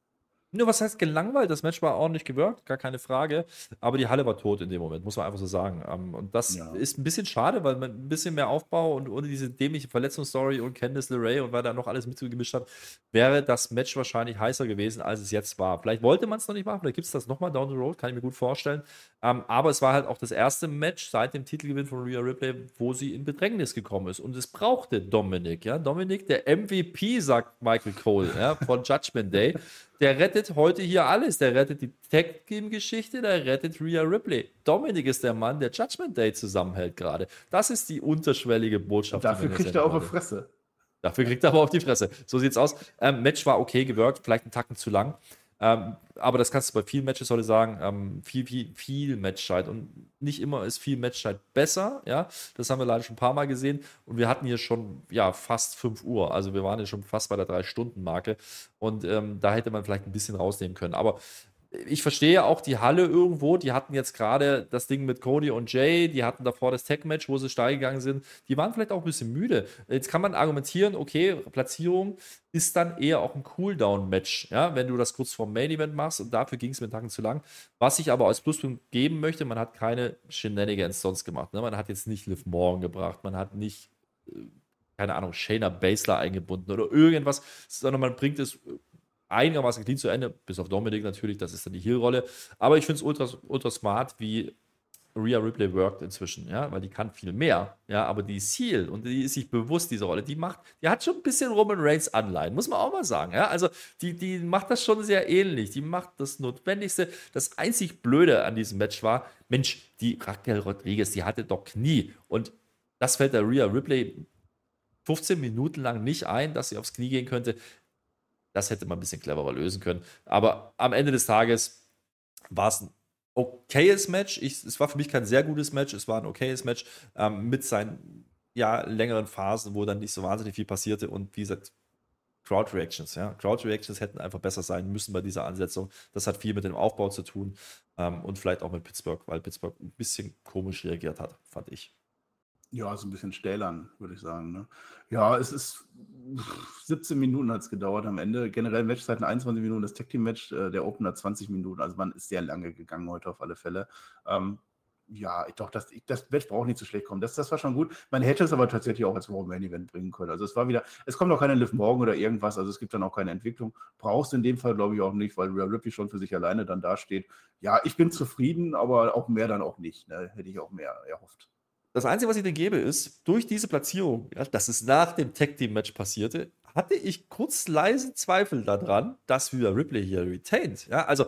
Nur was heißt gelangweilt? Das Match war ordentlich gewirkt, gar keine Frage. Aber die Halle war tot in dem Moment, muss man einfach so sagen. Und das Ja. ist ein bisschen schade, weil man ein bisschen mehr Aufbau und ohne diese dämliche Verletzungsstory und Candice LeRae und weil da noch alles mitgemischt hat, wäre das Match wahrscheinlich heißer gewesen, als es jetzt war. Vielleicht wollte man es noch nicht machen, vielleicht gibt es das nochmal down the road, kann ich mir gut vorstellen. Aber es war halt auch das erste Match seit dem Titelgewinn von Rhea Ripley, wo sie in Bedrängnis gekommen ist. Und es brauchte Dominik. Ja? Dominik, der M V P, sagt Michael Cole, ja, von Judgment Day. Der rettet heute hier alles. Der rettet die Tag-Team-Geschichte, der rettet Rhea Ripley. Dominik ist der Mann, der Judgment Day zusammenhält gerade. Das ist die unterschwellige Botschaft. Und dafür kriegt er auf die Fresse. Dafür kriegt er aber auf die Fresse. So sieht's aus. Ähm, Match war okay gewirkt, vielleicht einen Tacken zu lang. Ähm, aber das kannst du bei vielen Matches heute sagen. Ähm, viel, viel, viel Matchzeit. Und nicht immer ist viel Matchzeit besser. Ja, das haben wir leider schon ein paar Mal gesehen. Und wir hatten hier schon ja, fast fünf Uhr. Also wir waren ja schon fast bei der drei-Stunden-Marke. Und ähm, da hätte man vielleicht ein bisschen rausnehmen können. Aber ich verstehe auch die Halle irgendwo, die hatten jetzt gerade das Ding mit Cody und Jay, die hatten davor das Tag-Match, wo sie steil gegangen sind, die waren vielleicht auch ein bisschen müde. Jetzt kann man argumentieren, okay, Platzierung ist dann eher auch ein Cooldown-Match, ja, wenn du das kurz vorm Main-Event machst und dafür ging es mit Tagen zu lang. Was ich aber als Pluspunkt geben möchte, man hat keine Shenanigans sonst gemacht, ne? Man hat jetzt nicht Liv Morgan gebracht, man hat nicht, keine Ahnung, Shayna Baszler eingebunden oder irgendwas, sondern man bringt es einigermaßen clean zu Ende, bis auf Dominik natürlich, das ist dann die Heel-Rolle. Aber ich finde es ultra, ultra smart, wie Rhea Ripley worked inzwischen, ja, weil die kann viel mehr, ja, aber die ist Heel und die ist sich bewusst, diese Rolle, die macht, die hat schon ein bisschen Roman Reigns Anleihen, muss man auch mal sagen, ja, also die, die macht das schon sehr ähnlich, die macht das Notwendigste. Das einzig Blöde an diesem Match war, Mensch, die Raquel Rodriguez, die hatte doch Knie und das fällt der Rhea Ripley fünfzehn Minuten lang nicht ein, dass sie aufs Knie gehen könnte. Das hätte man ein bisschen cleverer lösen können. Aber am Ende des Tages war es ein okayes Match. Ich, es war für mich kein sehr gutes Match. Es war ein okayes Match ähm, mit seinen ja, längeren Phasen, wo dann nicht so wahnsinnig viel passierte. Und wie gesagt, Crowd-Reactions. Ja? Crowd-Reactions hätten einfach besser sein müssen bei dieser Ansetzung. Das hat viel mit dem Aufbau zu tun ähm, und vielleicht auch mit Pittsburgh, weil Pittsburgh ein bisschen komisch reagiert hat, fand ich. Ja, so ein bisschen stählern, würde ich sagen. Ne? Ja, es ist siebzehn Minuten hat es gedauert am Ende. Generell Matchzeiten einundzwanzig Minuten, das Tag-Team-Match, äh, der Opener zwanzig Minuten. Also man ist sehr lange gegangen heute auf alle Fälle. Ähm, ja, ich doch, das, ich, das Match braucht nicht so schlecht kommen. Das, das war schon gut. Man hätte es aber tatsächlich auch als Raw Main Event bringen können. Also es war wieder, es kommt auch keine Liv Morgan oder irgendwas, also es gibt dann auch keine Entwicklung. Brauchst du in dem Fall, glaube ich, auch nicht, weil Rhea Ripley schon für sich alleine dann dasteht. Ja, ich bin zufrieden, aber auch mehr dann auch nicht. Ne? Hätte ich auch mehr erhofft. Das Einzige, was ich dir gebe, ist, durch diese Platzierung, ja, dass es nach dem Tag-Team-Match passierte, hatte ich kurz leise Zweifel daran, dass Rhea Ripley hier retained. Ja, also,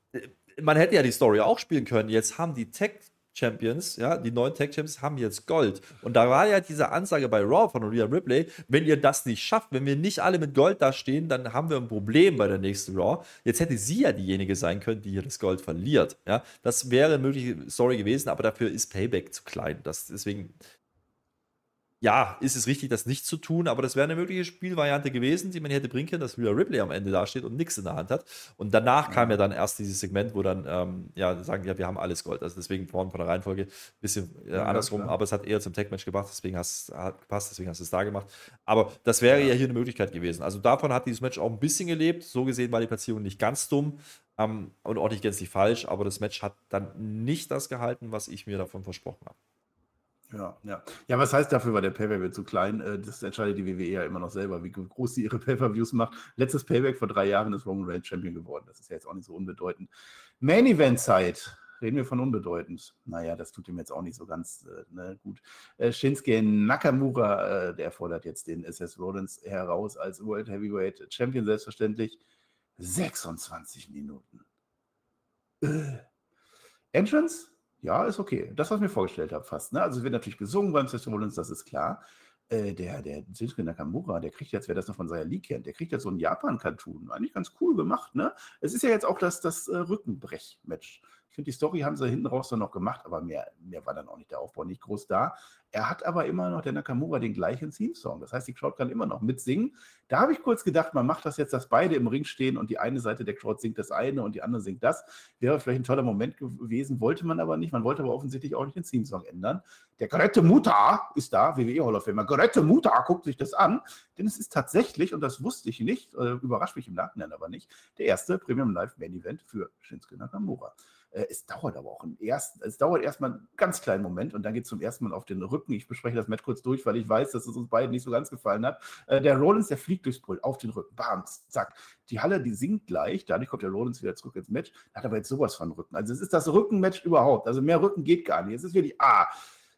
man hätte ja die Story auch spielen können. Jetzt haben die Tag-Champions, ja, die neuen Tag-Champions haben jetzt Gold. Und da war ja diese Ansage bei Raw von Rhea Ripley, wenn ihr das nicht schafft, wenn wir nicht alle mit Gold da stehen, dann haben wir ein Problem bei der nächsten Raw. Jetzt hätte sie ja diejenige sein können, die hier das Gold verliert. Ja, das wäre eine mögliche Story gewesen, aber dafür ist Payback zu klein. Das, deswegen ja, ist es richtig, das nicht zu tun, aber das wäre eine mögliche Spielvariante gewesen, die man hätte bringen können, dass Rhea Ripley am Ende dasteht und nichts in der Hand hat. Und danach kam ja dann erst dieses Segment, wo dann ähm, ja sagen, ja, wir haben alles Gold. Also deswegen vorhin von der Reihenfolge ein bisschen äh, Ja, andersrum, klar. aber es hat eher zum Tag-Match gebracht, deswegen hast, hat gepasst, deswegen hast du es da gemacht. Aber das wäre ja. ja hier eine Möglichkeit gewesen. Also davon hat dieses Match auch ein bisschen gelebt. So gesehen war die Platzierung nicht ganz dumm ähm, und auch nicht gänzlich falsch, aber das Match hat dann nicht das gehalten, was ich mir davon versprochen habe. Ja, ja. Ja, was heißt dafür, war der Pay-Per-View zu klein? Äh, Das entscheidet die W W E ja immer noch selber, wie groß sie ihre Pay-Per-Views macht. Letztes Payback vor drei Jahren ist Roman Reigns Champion geworden. Das ist ja jetzt auch nicht so unbedeutend. Main-Event-Zeit. Reden wir von unbedeutend. Naja, das tut ihm jetzt auch nicht so ganz äh, ne, gut. Äh, Shinsuke Nakamura, äh, der fordert jetzt den S S Rollins heraus als World Heavyweight Champion, selbstverständlich. sechsundzwanzig Minuten. Äh. Entrance? Ja, ist okay. Das, was ich mir vorgestellt habe, fast. Ne? Also es wird natürlich gesungen beim Seth Rollins, das ist klar. Äh, der, der Shinsuke Nakamura, der kriegt jetzt, wer das noch von Saya Lee kennt, der kriegt jetzt so einen Japan-Cartoon. Eigentlich ganz cool gemacht, ne? Es ist ja jetzt auch das, das äh, Rückenbrech-Match. Ich finde, die Story haben sie hinten raus dann noch gemacht, aber mehr, mehr war dann auch nicht der Aufbau, nicht groß da. Er hat aber immer noch, der Nakamura, den gleichen Theme-Song. Das heißt, die Crowd kann immer noch mitsingen. Da habe ich kurz gedacht, man macht das jetzt, dass beide im Ring stehen und die eine Seite der Crowd singt das eine und die andere singt das. Wäre vielleicht ein toller Moment gewesen, wollte man aber nicht. Man wollte aber offensichtlich auch nicht den Theme-Song ändern. Der Grete Muta ist da, W W E Hall of Famer. Grete Muta guckt sich das an, denn es ist tatsächlich, und das wusste ich nicht, äh, überrascht mich im Nachhinein aber nicht, der erste Premium Live Main Event für Shinsuke Nakamura. Es dauert aber auch einen ersten, es dauert erstmal einen ganz kleinen Moment und dann geht es zum ersten Mal auf den Rücken. Ich bespreche das Match kurz durch, weil ich weiß, dass es uns beiden nicht so ganz gefallen hat. Der Rollins, der fliegt durchs Pult auf den Rücken. Bam, zack. Die Halle, die sinkt gleich. Dadurch kommt der Rollins wieder zurück ins Match. Hat aber jetzt sowas von Rücken. Also es ist das Rückenmatch überhaupt. Also mehr Rücken geht gar nicht. Es ist wirklich, ah,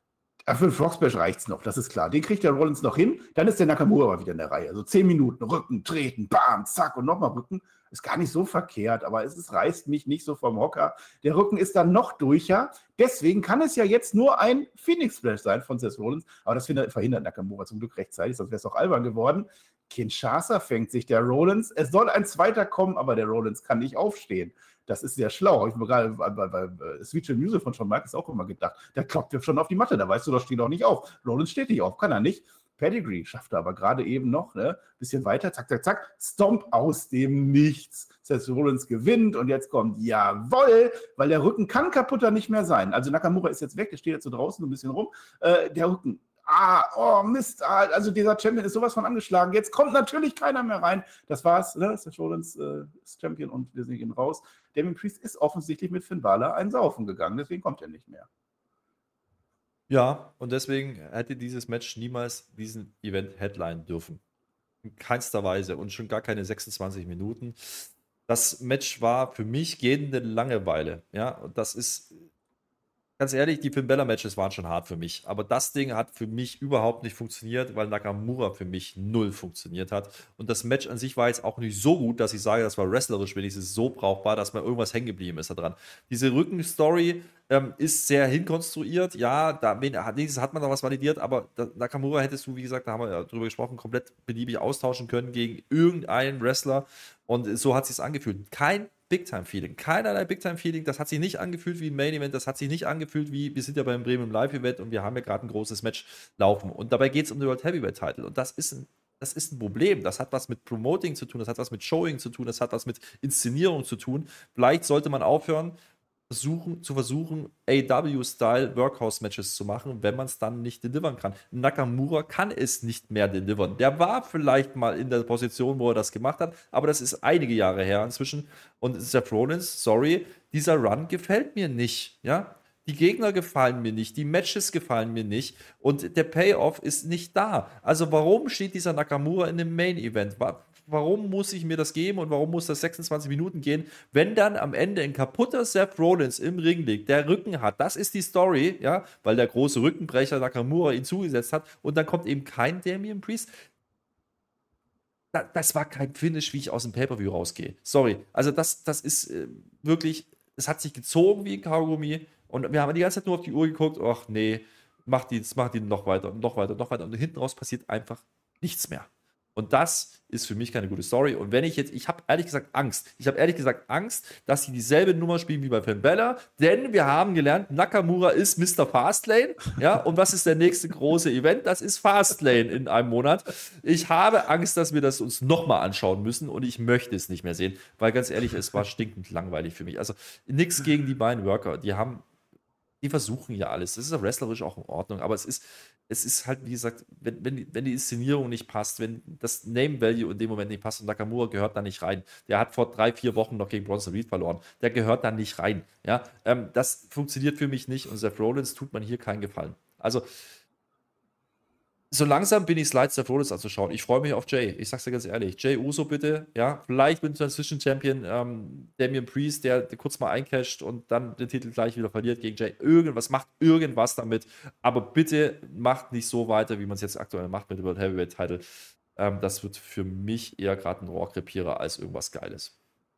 für den Frog Splash reicht es noch, das ist klar. Den kriegt der Rollins noch hin. Dann ist der Nakamura aber wieder in der Reihe. Also zehn Minuten Rücken, treten, bam, zack und nochmal Rücken. Ist gar nicht so verkehrt, aber es ist, reißt mich nicht so vom Hocker. Der Rücken ist dann noch durcher. Deswegen kann es ja jetzt nur ein Phoenix Splash sein von Seth Rollins. Aber das verhindert Nakamura zum Glück rechtzeitig, sonst wäre es doch albern geworden. Kinshasa fängt sich der Rollins. Es soll ein zweiter kommen, aber der Rollins kann nicht aufstehen. Das ist sehr schlau. Habe ich mir gerade bei, bei, bei Sweet Chill Music von Shawn Michaels auch immer gedacht. Der kloppt ja schon auf die Matte. Da weißt du, da steht auch nicht auf. Rollins steht nicht auf, kann er nicht. Pedigree schafft er aber gerade eben noch, ne? Bisschen weiter, zack, zack, zack, Stomp aus dem Nichts. Seth Rollins gewinnt und jetzt kommt, jawohl, weil der Rücken kann kaputter nicht mehr sein. Also Nakamura ist jetzt weg, der steht jetzt so draußen ein bisschen rum. Äh, der Rücken, ah, oh Mist, ah, also dieser Champion ist sowas von angeschlagen. Jetzt kommt natürlich keiner mehr rein. Das war's, ne? Seth Rollins äh, ist Champion und wir sehen ihn raus. Damien Priest ist offensichtlich mit Finn Balor einsaufen gegangen, deswegen kommt er nicht mehr. Ja, und deswegen hätte dieses Match niemals diesen Event headline dürfen. In keinster Weise und schon gar keine sechsundzwanzig Minuten. Das Match war für mich gehende Langeweile. Ja, und das ist, ganz ehrlich, die Finn Balor Matches waren schon hart für mich. Aber das Ding hat für mich überhaupt nicht funktioniert, weil Nakamura für mich null funktioniert hat. Und das Match an sich war jetzt auch nicht so gut, dass ich sage, das war wrestlerisch wenigstens so brauchbar, dass mal irgendwas hängen geblieben ist da dran. Diese Rückenstory ähm, ist sehr hinkonstruiert. Ja, da hat man da was validiert, aber da, Nakamura hättest du, wie gesagt, da haben wir ja drüber gesprochen, komplett beliebig austauschen können gegen irgendeinen Wrestler. Und so hat es sich angefühlt. Kein Big-Time-Feeling. Keinerlei Big-Time-Feeling. Das hat sich nicht angefühlt wie ein Main-Event. Das hat sich nicht angefühlt wie, wir sind ja beim Premium Live-Event und wir haben ja gerade ein großes Match laufen. Und dabei geht es um den World Heavyweight-Title. Und das ist ein Das ist ein Problem. Das hat was mit Promoting zu tun, das hat was mit Showing zu tun, das hat was mit Inszenierung zu tun. Vielleicht sollte man aufhören, versuchen, zu versuchen, A E W-Style Workhouse-Matches zu machen, wenn man es dann nicht delivern kann. Nakamura kann es nicht mehr delivern. Der war vielleicht mal in der Position, wo er das gemacht hat, aber das ist einige Jahre her inzwischen. Und Seth Rollins, sorry, dieser Run gefällt mir nicht. Ja? Die Gegner gefallen mir nicht, die Matches gefallen mir nicht und der Payoff ist nicht da. Also warum steht dieser Nakamura in dem Main-Event? Warum muss ich mir das geben und warum muss das sechsundzwanzig Minuten gehen, wenn dann am Ende ein kaputter Seth Rollins im Ring liegt, der Rücken hat, das ist die Story, ja, weil der große Rückenbrecher Nakamura ihn zugesetzt hat und dann kommt eben kein Damien Priest. Das war kein Finish, wie ich aus dem Pay-Per-View rausgehe. Sorry, also das, das ist äh, wirklich, es hat sich gezogen wie ein Kaugummi und wir haben die ganze Zeit nur auf die Uhr geguckt, ach nee, mach die, mach die noch weiter, noch weiter, noch weiter und hinten raus passiert einfach nichts mehr. Und das ist für mich keine gute Story. Und wenn ich jetzt, ich habe ehrlich gesagt Angst. Ich habe ehrlich gesagt Angst, dass sie dieselbe Nummer spielen wie bei Finn Balor, denn wir haben gelernt, Nakamura ist Mister Fastlane. Ja, und was ist der nächste große Event? Das ist Fastlane in einem Monat. Ich habe Angst, dass wir das uns nochmal anschauen müssen und ich möchte es nicht mehr sehen, weil ganz ehrlich, es war stinkend langweilig für mich. Also nichts gegen die beiden Worker. Die haben, die versuchen ja alles. Das ist ja wrestlerisch auch in Ordnung, aber es ist, es ist halt, wie gesagt, wenn, wenn, die- wenn die Inszenierung nicht passt, wenn das Name Value in dem Moment nicht passt und Nakamura gehört da nicht rein. Der hat vor drei, vier Wochen noch gegen Bronson Reed verloren. Der gehört da nicht rein. Ja, ähm, das funktioniert für mich nicht und Seth Rollins tut man hier keinen Gefallen. Also, so langsam bin ich es leid, Seth Rollins anzuschauen. Ich freue mich auf Jay. Ich sag's dir ganz ehrlich. Jay Uso bitte, ja. Vielleicht mit dem Transition Champion ähm, Damian Priest, der, der kurz mal eincasht und dann den Titel gleich wieder verliert gegen Jay. Irgendwas, macht irgendwas damit. Aber bitte macht nicht so weiter, wie man es jetzt aktuell macht mit dem World Heavyweight Title. Ähm, das wird für mich eher gerade ein Rohrkrepierer als irgendwas Geiles.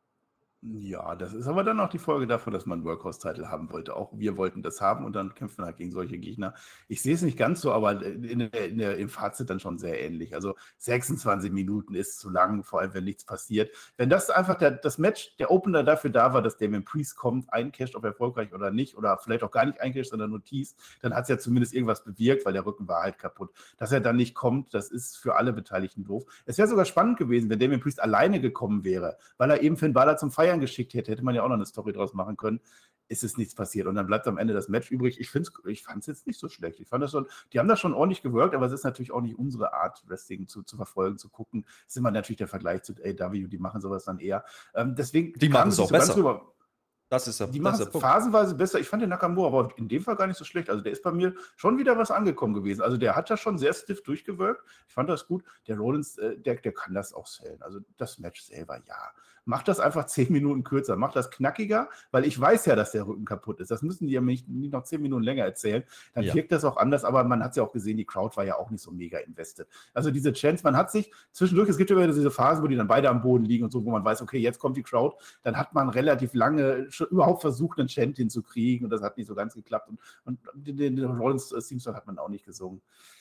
Ja, das ist aber dann auch die Folge davon, dass man einen Workhorse-Titel haben wollte. Auch wir wollten das haben und dann kämpft man halt gegen solche Gegner. Ich sehe es nicht ganz so, aber in der, in der, im Fazit dann schon sehr ähnlich. Also sechsundzwanzig Minuten ist zu lang, vor allem wenn nichts passiert. Wenn das einfach der, das Match, der Opener dafür da war, dass Damian Priest kommt, eincasht, ob erfolgreich oder nicht, oder vielleicht auch gar nicht eincasht, sondern nur teast, dann hat es ja zumindest irgendwas bewirkt, weil der Rücken war halt kaputt. Dass er dann nicht kommt, das ist für alle Beteiligten doof. Es wäre sogar spannend gewesen, wenn Damian Priest alleine gekommen wäre, weil er eben Finn Balor zum Feiern geschickt hätte, hätte man ja auch noch eine Story draus machen können. Es ist nichts passiert und dann bleibt am Ende das Match übrig. Ich, ich fand es jetzt nicht so schlecht. Ich fand das schon, die haben das schon ordentlich gewirkt, aber es ist natürlich auch nicht unsere Art, Wrestling zu, zu verfolgen, zu gucken. Das ist immer natürlich der Vergleich zu A E W, die machen sowas dann eher. Ähm, deswegen Die machen es auch so ganz besser. Drüber, Das ist der, die das machen ist der es Punkt. phasenweise besser. Ich fand den Nakamura aber in dem Fall gar nicht so schlecht. Also der ist bei mir schon wieder was angekommen gewesen. Also der hat ja schon sehr stiff durchgewirkt. Ich fand das gut. Der Rollins, äh, der, der kann das auch sellen. Also das Match selber, ja. Macht das einfach zehn Minuten kürzer. Macht das knackiger, weil ich weiß ja, dass der Rücken kaputt ist. Das müssen die ja nicht, nicht noch zehn Minuten länger erzählen. Dann Ja. wirkt das auch anders. Aber man hat es ja auch gesehen, die Crowd war ja auch nicht so mega invested. Also diese Chance, man hat sich zwischendurch, es gibt ja immer diese Phasen, wo die dann beide am Boden liegen und so, wo man weiß, okay, jetzt kommt die Crowd. Dann hat man relativ lange schon überhaupt versucht, einen Chant hinzukriegen und das hat nicht so ganz geklappt. Und, und den, den Rollins Theme Song hat man auch nicht gesungen.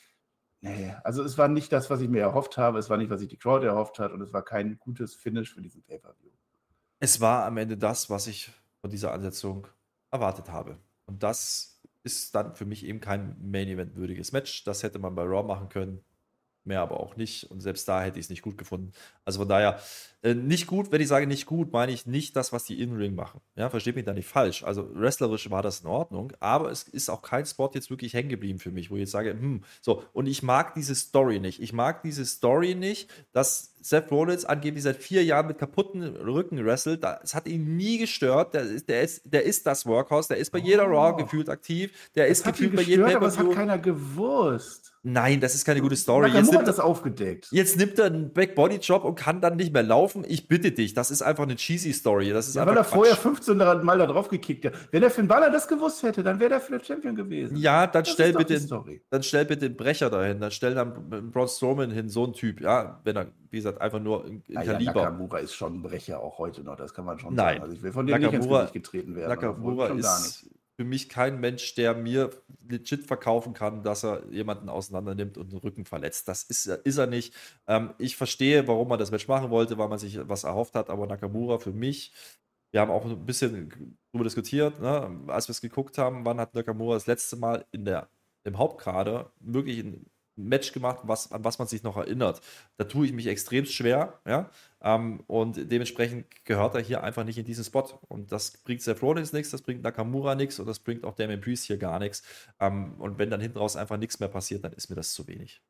Nee, also es war nicht das, was ich mir erhofft habe, es war nicht, was sich die Crowd erhofft hat und es war kein gutes Finish für diesen Pay-Per-View. Es war am Ende das, was ich von dieser Ansetzung erwartet habe. Und das ist dann für mich eben kein Main-Event-würdiges Match. Das hätte man bei Raw machen können, mehr aber auch nicht. Und selbst da hätte ich es nicht gut gefunden. Also von daher, äh, nicht gut, wenn ich sage nicht gut, meine ich nicht das, was die In-Ring machen. Ja, versteht mich da nicht falsch. Also wrestlerisch war das in Ordnung, aber es ist auch kein Spot jetzt wirklich hängen geblieben für mich, wo ich jetzt sage, hm, so. Und ich mag diese Story nicht. Ich mag diese Story nicht, dass Seth Rollins angeblich seit vier Jahren mit kaputten Rücken wrestelt. Das hat ihn nie gestört. Der ist, der ist, der ist das Workhorse. Der ist bei jeder Oh. Raw gefühlt aktiv. Der ist Es hat ihn gefühlt bei jedem gestört, aber es hat Pay-Per-View. keiner gewusst. Nein, das ist keine gute Story. Jetzt Nakamura nimmt, hat das aufgedeckt. jetzt nimmt er einen Back-Body-Job und kann dann nicht mehr laufen. Ich bitte dich, das ist einfach eine cheesy Story. Das ist Ja, einfach weil er Quatsch. vorher fünfzehn Mal da drauf gekickt hat. Wenn der Finn Balor das gewusst hätte, dann wäre der vielleicht Champion gewesen. Ja, dann Das stell ist doch die bitte, Story. dann stell bitte einen Brecher dahin. Dann stell dann Braun Strowman hin, so ein Typ. Ja, wenn er, wie gesagt, einfach nur im, im Ja, ja, Kaliber. Nakamura ist schon ein Brecher, auch heute noch, das kann man schon Nein. sagen. Also ich will von dem nicht ins Nakamura- Gesicht getreten werden. Nakamura also schon gar nicht. ist für mich kein Mensch, der mir legit verkaufen kann, dass er jemanden auseinander nimmt und den Rücken verletzt. Das ist, er- ist er nicht. Ähm, ich verstehe, warum man das Match machen wollte, weil man sich was erhofft hat, aber Nakamura für mich, wir haben auch ein bisschen darüber diskutiert, ne? Als wir es geguckt haben, wann hat Nakamura das letzte Mal in der, im Hauptkader wirklich ein Match gemacht, was, an was man sich noch erinnert. Da tue ich mich extrem schwer, ja. Ähm, und dementsprechend gehört er hier einfach nicht in diesen Spot. Und das bringt Seth Rollins nichts, das bringt Nakamura nichts und das bringt auch Damian Priest hier gar nichts. Ähm, und wenn dann hinten raus einfach nichts mehr passiert, dann ist mir das zu wenig.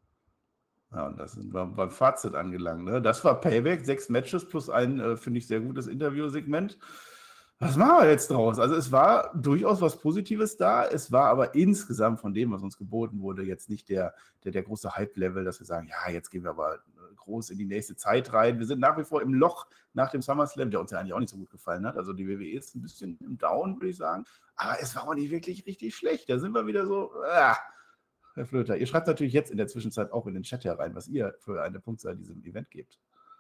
Ja, und das sind wir beim Fazit angelangt. Ne? Das war Payback, sechs Matches plus ein, äh, finde ich, sehr gutes Interviewsegment. Was machen wir jetzt draus? Also es war durchaus was Positives da, es war aber insgesamt von dem, was uns geboten wurde, jetzt nicht der, der, der große Hype-Level, dass wir sagen, ja, jetzt gehen wir aber groß in die nächste Zeit rein. Wir sind nach wie vor im Loch nach dem SummerSlam, der uns ja eigentlich auch nicht so gut gefallen hat. Also die W W E ist ein bisschen im Down, würde ich sagen. Aber es war auch nicht wirklich richtig schlecht. Da sind wir wieder so, ah, Herr Flöter, ihr schreibt natürlich jetzt in der Zwischenzeit auch in den Chat herein, was ihr für eine Punktzahl diesem Event gebt.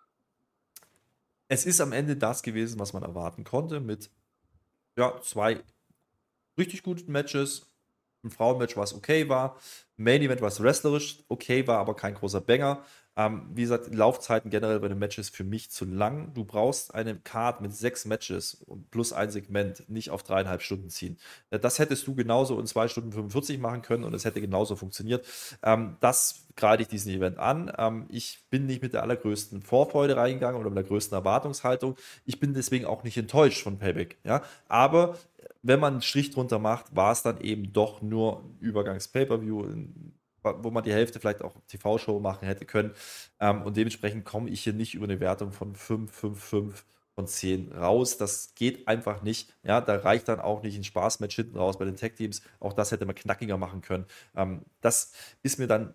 Es ist am Ende das gewesen, was man erwarten konnte, mit ja, zwei richtig guten Matches, ein Frauenmatch, was okay war, Main Event, was wrestlerisch okay war, aber kein großer Banger. Ähm, wie gesagt, Laufzeiten generell bei den Matches für mich zu lang. Du brauchst eine Card mit sechs Matches und plus ein Segment nicht auf dreieinhalb Stunden ziehen. Äh, Das hättest du genauso in zwei Stunden fünfundvierzig machen können und es hätte genauso funktioniert. Ähm, das greite ich diesen Event an. Ähm, ich bin nicht mit der allergrößten Vorfreude reingegangen oder mit der größten Erwartungshaltung. Ich bin deswegen auch nicht enttäuscht von Payback. Ja? Aber wenn man einen Strich drunter macht, war es dann eben doch nur ein Übergangs-Pay-Per-View, wo man die Hälfte vielleicht auch T V-Show machen hätte können. Ähm, und dementsprechend komme ich hier nicht über eine Wertung von fünf, fünf, fünf von zehn raus. Das geht einfach nicht. Ja, da reicht dann auch nicht ein Spaßmatch hinten raus bei den Tag-Teams. Auch das hätte man knackiger machen können. Ähm, das ist mir dann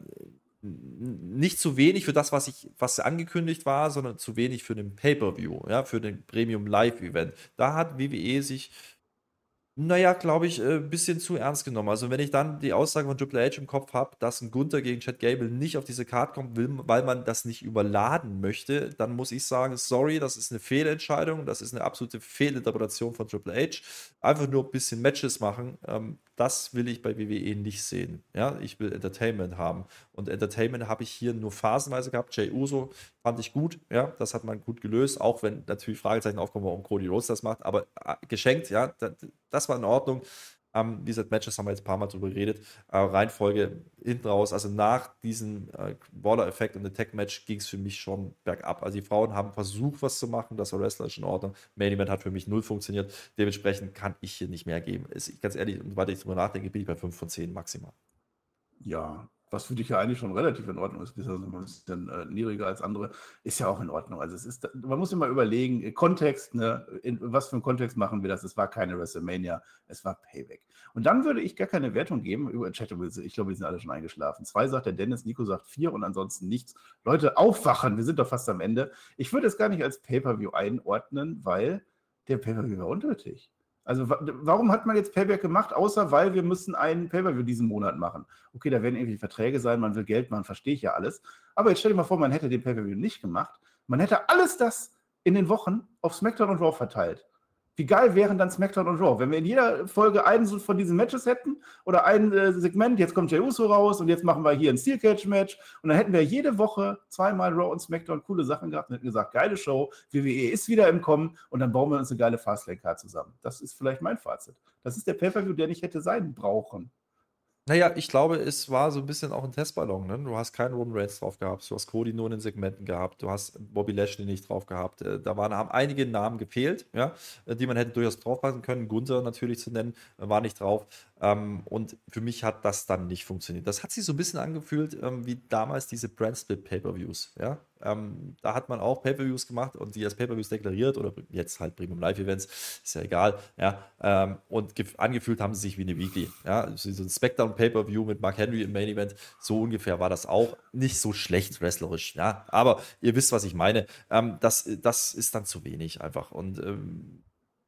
nicht zu wenig für das, was ich, was angekündigt war, sondern zu wenig für den Pay-Per-View, ja, für den Premium Live-Event. Da hat W W E sich naja, glaube ich, ein bisschen zu ernst genommen. Also, wenn ich dann die Aussage von Triple H im Kopf habe, dass ein Gunther gegen Chad Gable nicht auf diese Card kommen will, weil man das nicht überladen möchte, dann muss ich sagen, sorry, das ist eine Fehlentscheidung, das ist eine absolute Fehlinterpretation von Triple H. Einfach nur ein bisschen Matches machen, ähm, das will ich bei W W E nicht sehen. Ja, ich will Entertainment haben. Und Entertainment habe ich hier nur phasenweise gehabt. Jey Uso fand ich gut, ja, das hat man gut gelöst, auch wenn natürlich Fragezeichen aufkommen, warum Cody Rhodes das macht, aber äh, geschenkt, ja, das, das war in Ordnung. Ähm, diese Matches haben wir jetzt ein paar Mal drüber geredet. Äh, Reihenfolge hinten raus, also nach diesem äh, Waller-Effekt und dem Tech-Match ging es für mich schon bergab. Also die Frauen haben versucht, was zu machen, das war wrestlerisch in Ordnung. Main Event hat für mich null funktioniert. Dementsprechend kann ich hier nicht mehr geben. Ist, ganz ehrlich, weil ich drüber nachdenke, bin ich bei fünf von zehn maximal. Ja, was für dich ja eigentlich schon relativ in Ordnung ist, bist also ein bisschen äh, niedriger als andere, ist ja auch in Ordnung. Also es ist, man muss immer überlegen, äh, Kontext, ne, in was für einen Kontext machen wir das? Es war keine WrestleMania, es war Payback. Und dann würde ich gar keine Wertung geben über Chatable. Ich glaube, die sind alle schon eingeschlafen. Zwei sagt der Dennis, Nico sagt vier und ansonsten nichts. Leute, aufwachen, wir sind doch fast am Ende. Ich würde es gar nicht als Pay-Per-View einordnen, weil der Pay-Per-View war unnötig. Also wa- warum hat man jetzt Payback gemacht, außer weil wir müssen einen Pay-Per-View diesen Monat machen? Okay, da werden irgendwie Verträge sein, man will Geld machen, verstehe ich ja alles. Aber jetzt stell dir mal vor, man hätte den Pay-Per-View nicht gemacht. Man hätte alles das in den Wochen auf SmackDown und Raw verteilt. Wie geil wären dann SmackDown und Raw, wenn wir in jeder Folge einen so von diesen Matches hätten oder ein äh, Segment, jetzt kommt Jey Uso raus und jetzt machen wir hier ein Steel Cage Match und dann hätten wir jede Woche zweimal Raw und SmackDown coole Sachen gehabt und hätten gesagt, geile Show, W W E ist wieder im Kommen und dann bauen wir uns eine geile Fastlane-Card zusammen. Das ist vielleicht mein Fazit. Das ist der Pay-Per-View, der nicht hätte sein brauchen. Naja, ich glaube, es war so ein bisschen auch ein Testballon. Ne? Du hast keinen Roman Reigns drauf gehabt, du hast Cody nur in den Segmenten gehabt, du hast Bobby Lashley nicht drauf gehabt. Äh, Da waren, haben einige Namen gefehlt, ja, äh, die man hätte durchaus draufpassen können. Gunther natürlich zu nennen, äh, war nicht drauf. Ähm, und für mich hat das dann nicht funktioniert. Das hat sich so ein bisschen angefühlt ähm, wie damals diese Brand-Split-Pay-Per-Views. Ja? Ähm, da hat man auch Pay-Per-Views gemacht und die als Pay-Per-Views deklariert oder jetzt halt Premium Live-Events, ist ja egal. Ja? Ähm, und gef- angefühlt haben sie sich wie eine Weekly. Ja? So so ein Spectrum Pay-Per-View mit Mark Henry im Main Event, so ungefähr war das auch. Nicht so schlecht wrestlerisch, ja, aber ihr wisst, was ich meine. Ähm, das, das ist dann zu wenig einfach und ähm,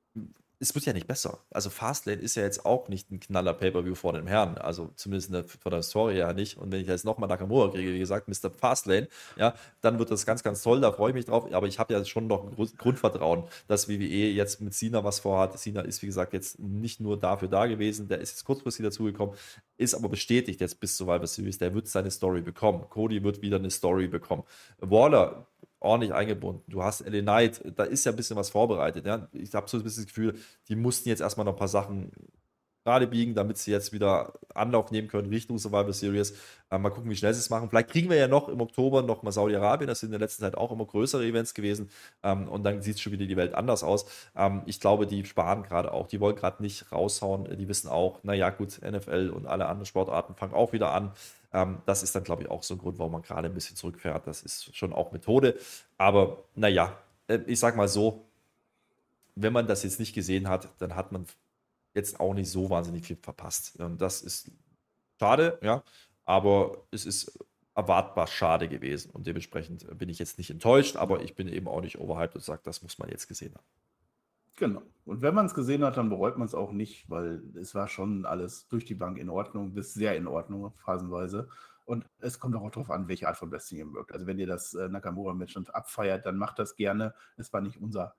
es wird ja nicht besser. Also Fastlane ist ja jetzt auch nicht ein knaller Pay-Per-View vor dem Herrn, also zumindest in der, von der Story her nicht. Und wenn ich jetzt nochmal Nakamura kriege, wie gesagt, Mister Fastlane, ja, dann wird das ganz, ganz toll, da freue ich mich drauf. Aber ich habe ja schon noch ein Grund- Grundvertrauen, dass W W E jetzt mit Cena was vorhat. Cena ist, wie gesagt, jetzt nicht nur dafür da gewesen, der ist jetzt kurzfristig dazugekommen, ist aber bestätigt jetzt bis zur Survivor Series, der wird seine Story bekommen. Cody wird wieder eine Story bekommen. Waller ordentlich eingebunden. Du hast L A Knight, da ist ja ein bisschen was vorbereitet. Ja? Ich habe so ein bisschen das Gefühl, die mussten jetzt erstmal noch ein paar Sachen gerade biegen, damit sie jetzt wieder Anlauf nehmen können Richtung Survivor Series. Äh, mal gucken, wie schnell sie es machen. Vielleicht kriegen wir ja noch im Oktober noch mal Saudi-Arabien. Das sind in der letzten Zeit auch immer größere Events gewesen. Ähm, und dann sieht schon wieder die Welt anders aus. Ähm, ich glaube, die sparen gerade auch. Die wollen gerade nicht raushauen. Die wissen auch, naja, gut, N F L und alle anderen Sportarten fangen auch wieder an. Ähm, das ist dann, glaube ich, auch so ein Grund, warum man gerade ein bisschen zurückfährt. Das ist schon auch Methode. Aber naja, äh, ich sag mal so, wenn man das jetzt nicht gesehen hat, dann hat man jetzt auch nicht so wahnsinnig viel verpasst. Ähm, Das ist schade, ja, aber es ist erwartbar schade gewesen und dementsprechend bin ich jetzt nicht enttäuscht, aber ich bin eben auch nicht overhyped und sage, das muss man jetzt gesehen haben. Genau. Und wenn man es gesehen hat, dann bereut man es auch nicht, weil es war schon alles durch die Bank in Ordnung, bis sehr in Ordnung, phasenweise. Und es kommt auch darauf an, welche Art von Wrestling ihr mögt. Also wenn ihr das äh, Nakamura-Match schon abfeiert, dann macht das gerne. Es war nicht unser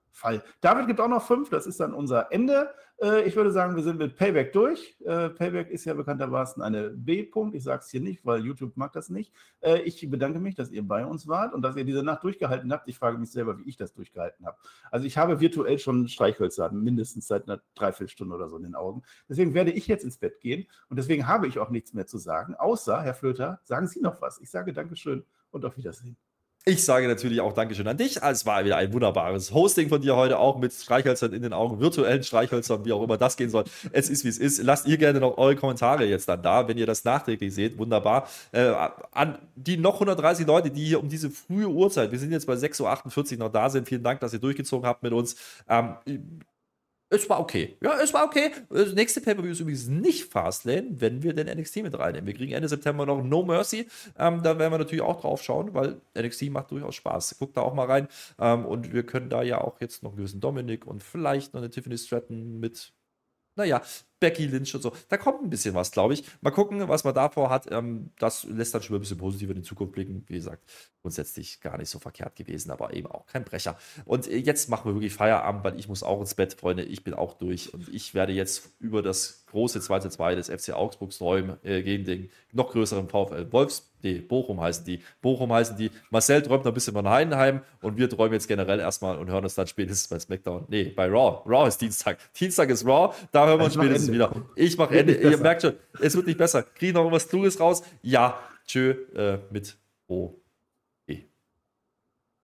Fall. David gibt auch noch fünf, das ist dann unser Ende. Äh, ich würde sagen, wir sind mit Payback durch. Äh, Payback ist ja bekanntermaßen eine B-Punkt. Ich sage es hier nicht, weil YouTube mag das nicht. Äh, ich bedanke mich, dass ihr bei uns wart und dass ihr diese Nacht durchgehalten habt. Ich frage mich selber, wie ich das durchgehalten habe. Also ich habe virtuell schon Streichhölzer, mindestens seit einer Dreiviertelstunde oder so in den Augen. Deswegen werde ich jetzt ins Bett gehen und deswegen habe ich auch nichts mehr zu sagen, außer, Herr Flöter, sagen Sie noch was. Ich sage Dankeschön und auf Wiedersehen. Ich sage natürlich auch Dankeschön an dich. Es war wieder ein wunderbares Hosting von dir heute, auch mit Streichhölzern in den Augen, virtuellen Streichhölzern, wie auch immer das gehen soll. Es ist, wie es ist. Lasst ihr gerne noch eure Kommentare jetzt dann da, wenn ihr das nachträglich seht. Wunderbar. Äh, an die noch hundertdreißig Leute, die hier um diese frühe Uhrzeit, wir sind jetzt bei sechs Uhr achtundvierzig noch da sind. Vielen Dank, dass ihr durchgezogen habt mit uns. Ähm, Es war okay. Ja, es war okay. Das nächste Pay-Per-View ist übrigens nicht Fastlane, wenn wir den N X T mit reinnehmen. Wir kriegen Ende September noch No Mercy. Ähm, da werden wir natürlich auch drauf schauen, weil N X T macht durchaus Spaß. Guckt da auch mal rein. Ähm, und wir können da ja auch jetzt noch einen gewissen Dominik und vielleicht noch eine Tiffany Stratton mit, naja, Becky Lynch und so. Da kommt ein bisschen was, glaube ich. Mal gucken, was man davor hat. Ähm, das lässt dann schon ein bisschen positiver in die Zukunft blicken. Wie gesagt, grundsätzlich gar nicht so verkehrt gewesen, aber eben auch kein Brecher. Und jetzt machen wir wirklich Feierabend, weil ich muss auch ins Bett, Freunde. Ich bin auch durch und ich werde jetzt über das große zwei zu zwei des F C Augsburg träumen äh, gegen den noch größeren VfL Wolfs. Nee, Bochum heißen die. Bochum heißen die. Marcel träumt noch ein bisschen von Heidenheim und wir träumen jetzt generell erstmal und hören uns dann spätestens bei SmackDown. Nee, bei Raw. Raw ist Dienstag. Dienstag ist Raw. Da hören wir uns spätestens wieder. Ich mache Ende. Ihr merkt schon, es wird nicht besser. Kriege ich noch irgendwas Kluges raus? Ja. Tschö äh, mit O.